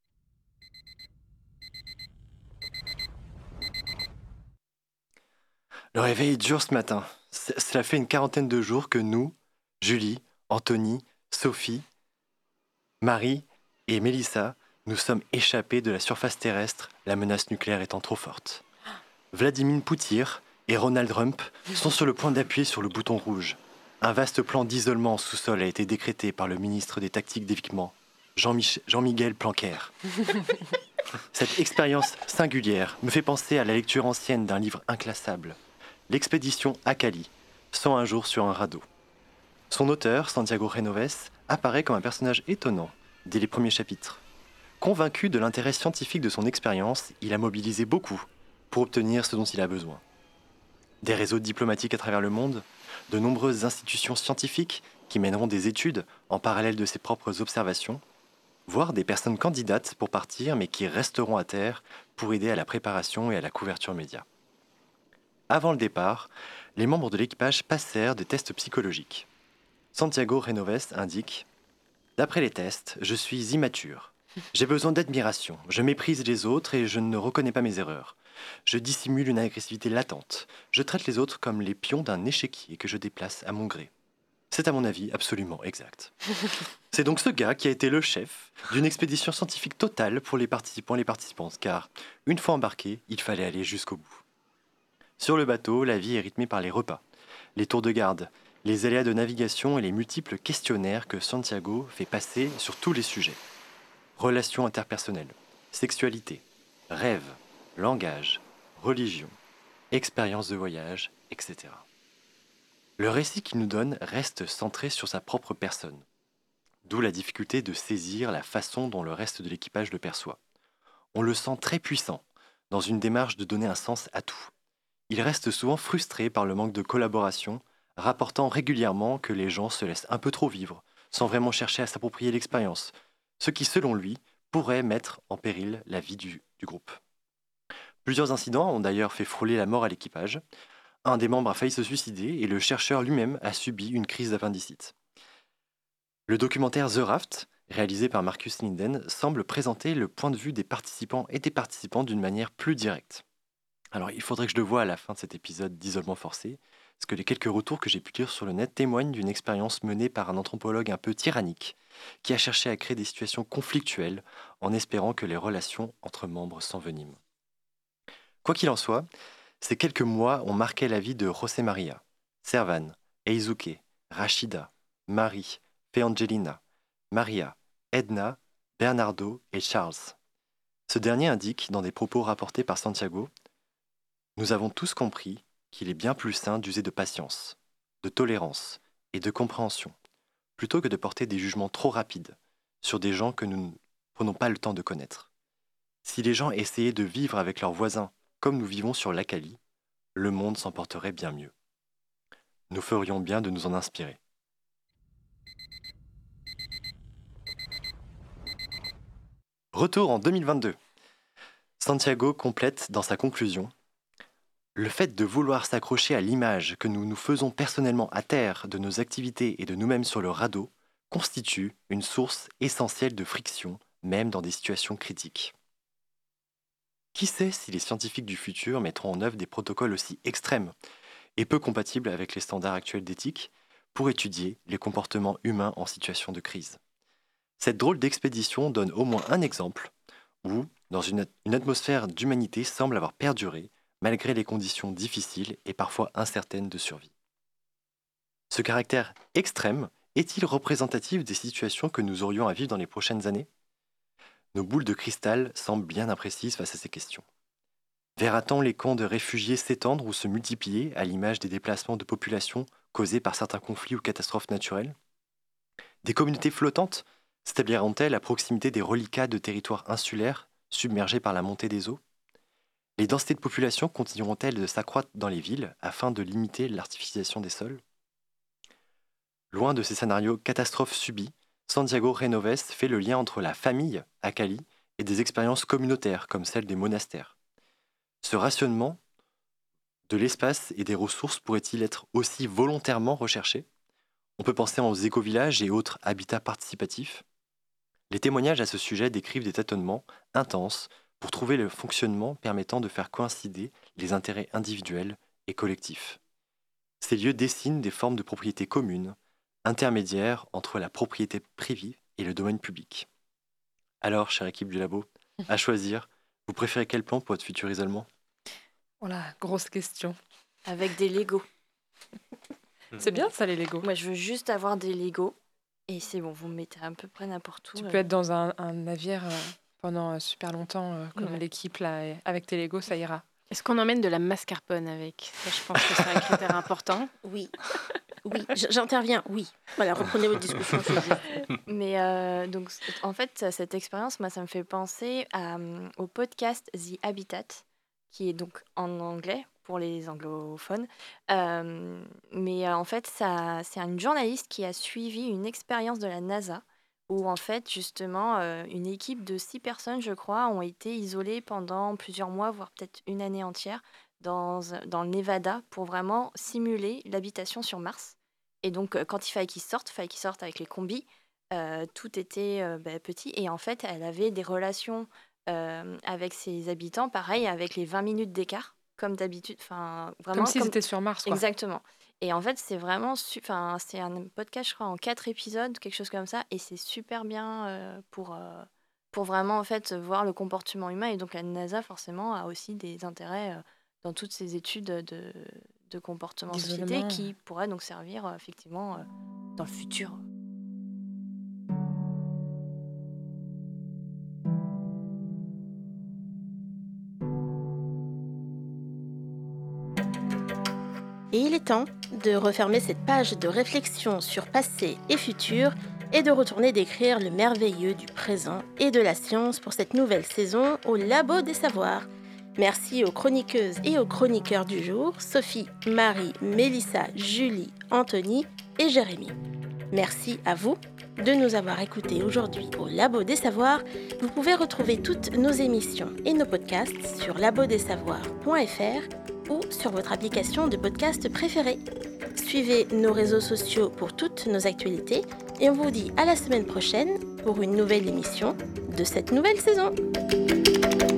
Le réveil est dur ce matin. C- Cela fait une quarantaine de jours que nous, Julie, Anthony, Sophie, Marie et Mélissa, nous sommes échappés de la surface terrestre, la menace nucléaire étant trop forte. Vladimir Poutine et Ronald Trump sont sur le point d'appuyer sur le bouton rouge. Un vaste plan d'isolement en sous-sol a été décrété par le ministre des Tactiques d'évitement, Jean-Mich- Jean-Miguel Blanquer. Cette expérience singulière me fait penser à la lecture ancienne d'un livre inclassable, L'expédition Acali, cent un jours sur un radeau. Son auteur, Santiago Renoves, apparaît comme un personnage étonnant dès les premiers chapitres. Convaincu de l'intérêt scientifique de son expérience, il a mobilisé beaucoup pour obtenir ce dont il a besoin. Des réseaux diplomatiques à travers le monde, de nombreuses institutions scientifiques qui mèneront des études en parallèle de ses propres observations, voire des personnes candidates pour partir mais qui resteront à terre pour aider à la préparation et à la couverture média. Avant le départ, les membres de l'équipage passèrent des tests psychologiques. Santiago Renoves indique « D'après les tests, je suis immature. J'ai besoin d'admiration, je méprise les autres et je ne reconnais pas mes erreurs. Je dissimule une agressivité latente. Je traite les autres comme les pions d'un échiquier que je déplace à mon gré. C'est à mon avis absolument exact. » C'est donc ce gars qui a été le chef d'une expédition scientifique totale pour les participants et les participantes, car une fois embarqués, il fallait aller jusqu'au bout. Sur le bateau, la vie est rythmée par les repas, les tours de garde, les aléas de navigation et les multiples questionnaires que Santiago fait passer sur tous les sujets. Relations interpersonnelles, sexualité, rêve, langage, religion, expérience de voyage, et cetera. Le récit qu'il nous donne reste centré sur sa propre personne, d'où la difficulté de saisir la façon dont le reste de l'équipage le perçoit. On le sent très puissant, dans une démarche de donner un sens à tout. Il reste souvent frustré par le manque de collaboration, rapportant régulièrement que les gens se laissent un peu trop vivre, sans vraiment chercher à s'approprier l'expérience, ce qui, selon lui, pourrait mettre en péril la vie du, du groupe. Plusieurs incidents ont d'ailleurs fait frôler la mort à l'équipage. Un des membres a failli se suicider et le chercheur lui-même a subi une crise d'appendicite. Le documentaire The Raft, réalisé par Marcus Linden, semble présenter le point de vue des participants et des participants d'une manière plus directe. Alors, il faudrait que je le voie à la fin de cet épisode d'isolement forcé, parce que les quelques retours que j'ai pu lire sur le net témoignent d'une expérience menée par un anthropologue un peu tyrannique, qui a cherché à créer des situations conflictuelles en espérant que les relations entre membres s'enveniment. Quoi qu'il en soit, ces quelques mois ont marqué la vie de José Maria, Servan, Eizuke, Rachida, Marie, Feangelina, Maria, Edna, Bernardo et Charles. Ce dernier indique, dans des propos rapportés par Santiago, « Nous avons tous compris qu'il est bien plus sain d'user de patience, de tolérance et de compréhension, plutôt que de porter des jugements trop rapides sur des gens que nous ne prenons pas le temps de connaître. Si les gens essayaient de vivre avec leurs voisins comme nous vivons sur l'Acali, le monde s'en porterait bien mieux. Nous ferions bien de nous en inspirer. » Retour en deux mille vingt-deux. Santiago complète dans sa conclusion « Le fait de vouloir s'accrocher à l'image que nous nous faisons personnellement à terre de nos activités et de nous-mêmes sur le radeau constitue une source essentielle de friction, même dans des situations critiques. Qui sait si les scientifiques du futur mettront en œuvre des protocoles aussi extrêmes et peu compatibles avec les standards actuels d'éthique pour étudier les comportements humains en situation de crise. Cette drôle d'expédition donne au moins un exemple où, dans une, une atmosphère d'humanité semble avoir perduré malgré les conditions difficiles et parfois incertaines de survie. Ce caractère extrême est-il représentatif des situations que nous aurions à vivre dans les prochaines années ? Nos boules de cristal semblent bien imprécises face à ces questions. Verra-t-on les camps de réfugiés s'étendre ou se multiplier à l'image des déplacements de population causés par certains conflits ou catastrophes naturelles ? Des communautés flottantes s'établiront-elles à proximité des reliquats de territoires insulaires submergés par la montée des eaux ? Les densités de population continueront-elles de s'accroître dans les villes afin de limiter l'artificialisation des sols ? Loin de ces scénarios catastrophes subies, Santiago Génovès fait le lien entre la famille à Cali et des expériences communautaires comme celle des monastères. Ce rationnement de l'espace et des ressources pourrait-il être aussi volontairement recherché ? On peut penser aux éco-villages et autres habitats participatifs. Les témoignages à ce sujet décrivent des tâtonnements intenses pour trouver le fonctionnement permettant de faire coïncider les intérêts individuels et collectifs. Ces lieux dessinent des formes de propriété commune, intermédiaires entre la propriété privée et le domaine public. Alors, chère équipe du labo, à choisir, vous préférez quel plan pour votre futur isolement ? Voilà, grosse question. Avec des Legos. C'est bien ça, les Legos. Moi, je veux juste avoir des Legos. Et c'est bon, vous me mettez à peu près n'importe où. Tu euh. peux être dans un, un navire euh, pendant euh, super longtemps, euh, comme Ouais. l'équipe là, et avec tes Legos, ça ira. Est-ce qu'on emmène de la mascarpone avec ? Ça, je pense que c'est un critère important. Oui. Oui, j- j'interviens, oui. Voilà, reprenez votre discussion. je veux juste- Mais euh, donc, c- en fait, cette expérience, moi, ça me fait penser à, euh, au podcast The Habitat, qui est donc en anglais pour les anglophones. Euh, mais euh, en fait, ça, c'est une journaliste qui a suivi une expérience de la NASA où, en fait, justement, euh, une équipe de six personnes, je crois, ont été isolées pendant plusieurs mois, voire peut-être une année entière, dans, dans le Nevada pour vraiment simuler l'habitation sur Mars. Et donc, euh, quand il fallait qu'ils sortent, il fallait qu'ils sortent avec les combis. Euh, tout était euh, bah, petit. Et en fait, elle avait des relations euh, avec ses habitants, pareil, avec les vingt minutes d'écart, comme d'habitude. Enfin, vraiment. Comme s'ils étaient sur Mars, quoi. Exactement. Et en fait, c'est vraiment... su- Enfin, c'est un podcast, je crois, en quatre épisodes, quelque chose comme ça. Et c'est super bien euh, pour, euh, pour vraiment, en fait, voir le comportement humain. Et donc, la NASA, forcément, a aussi des intérêts euh, dans toutes ces études de, de comportement en société D'isolement. qui pourraient donc servir, euh, effectivement, euh, dans le futur. Et il est temps de refermer cette page de réflexion sur passé et futur et de retourner décrire le merveilleux du présent et de la science pour cette nouvelle saison au Labo des Savoirs. Merci aux chroniqueuses et aux chroniqueurs du jour, Sophie, Marie, Mélissa, Julie, Anthony et Jérémy. Merci à vous de nous avoir écoutés aujourd'hui au Labo des Savoirs. Vous pouvez retrouver toutes nos émissions et nos podcasts sur labo des savoirs point f r ou sur votre application de podcast préférée. Suivez nos réseaux sociaux pour toutes nos actualités et on vous dit à la semaine prochaine pour une nouvelle émission de cette nouvelle saison.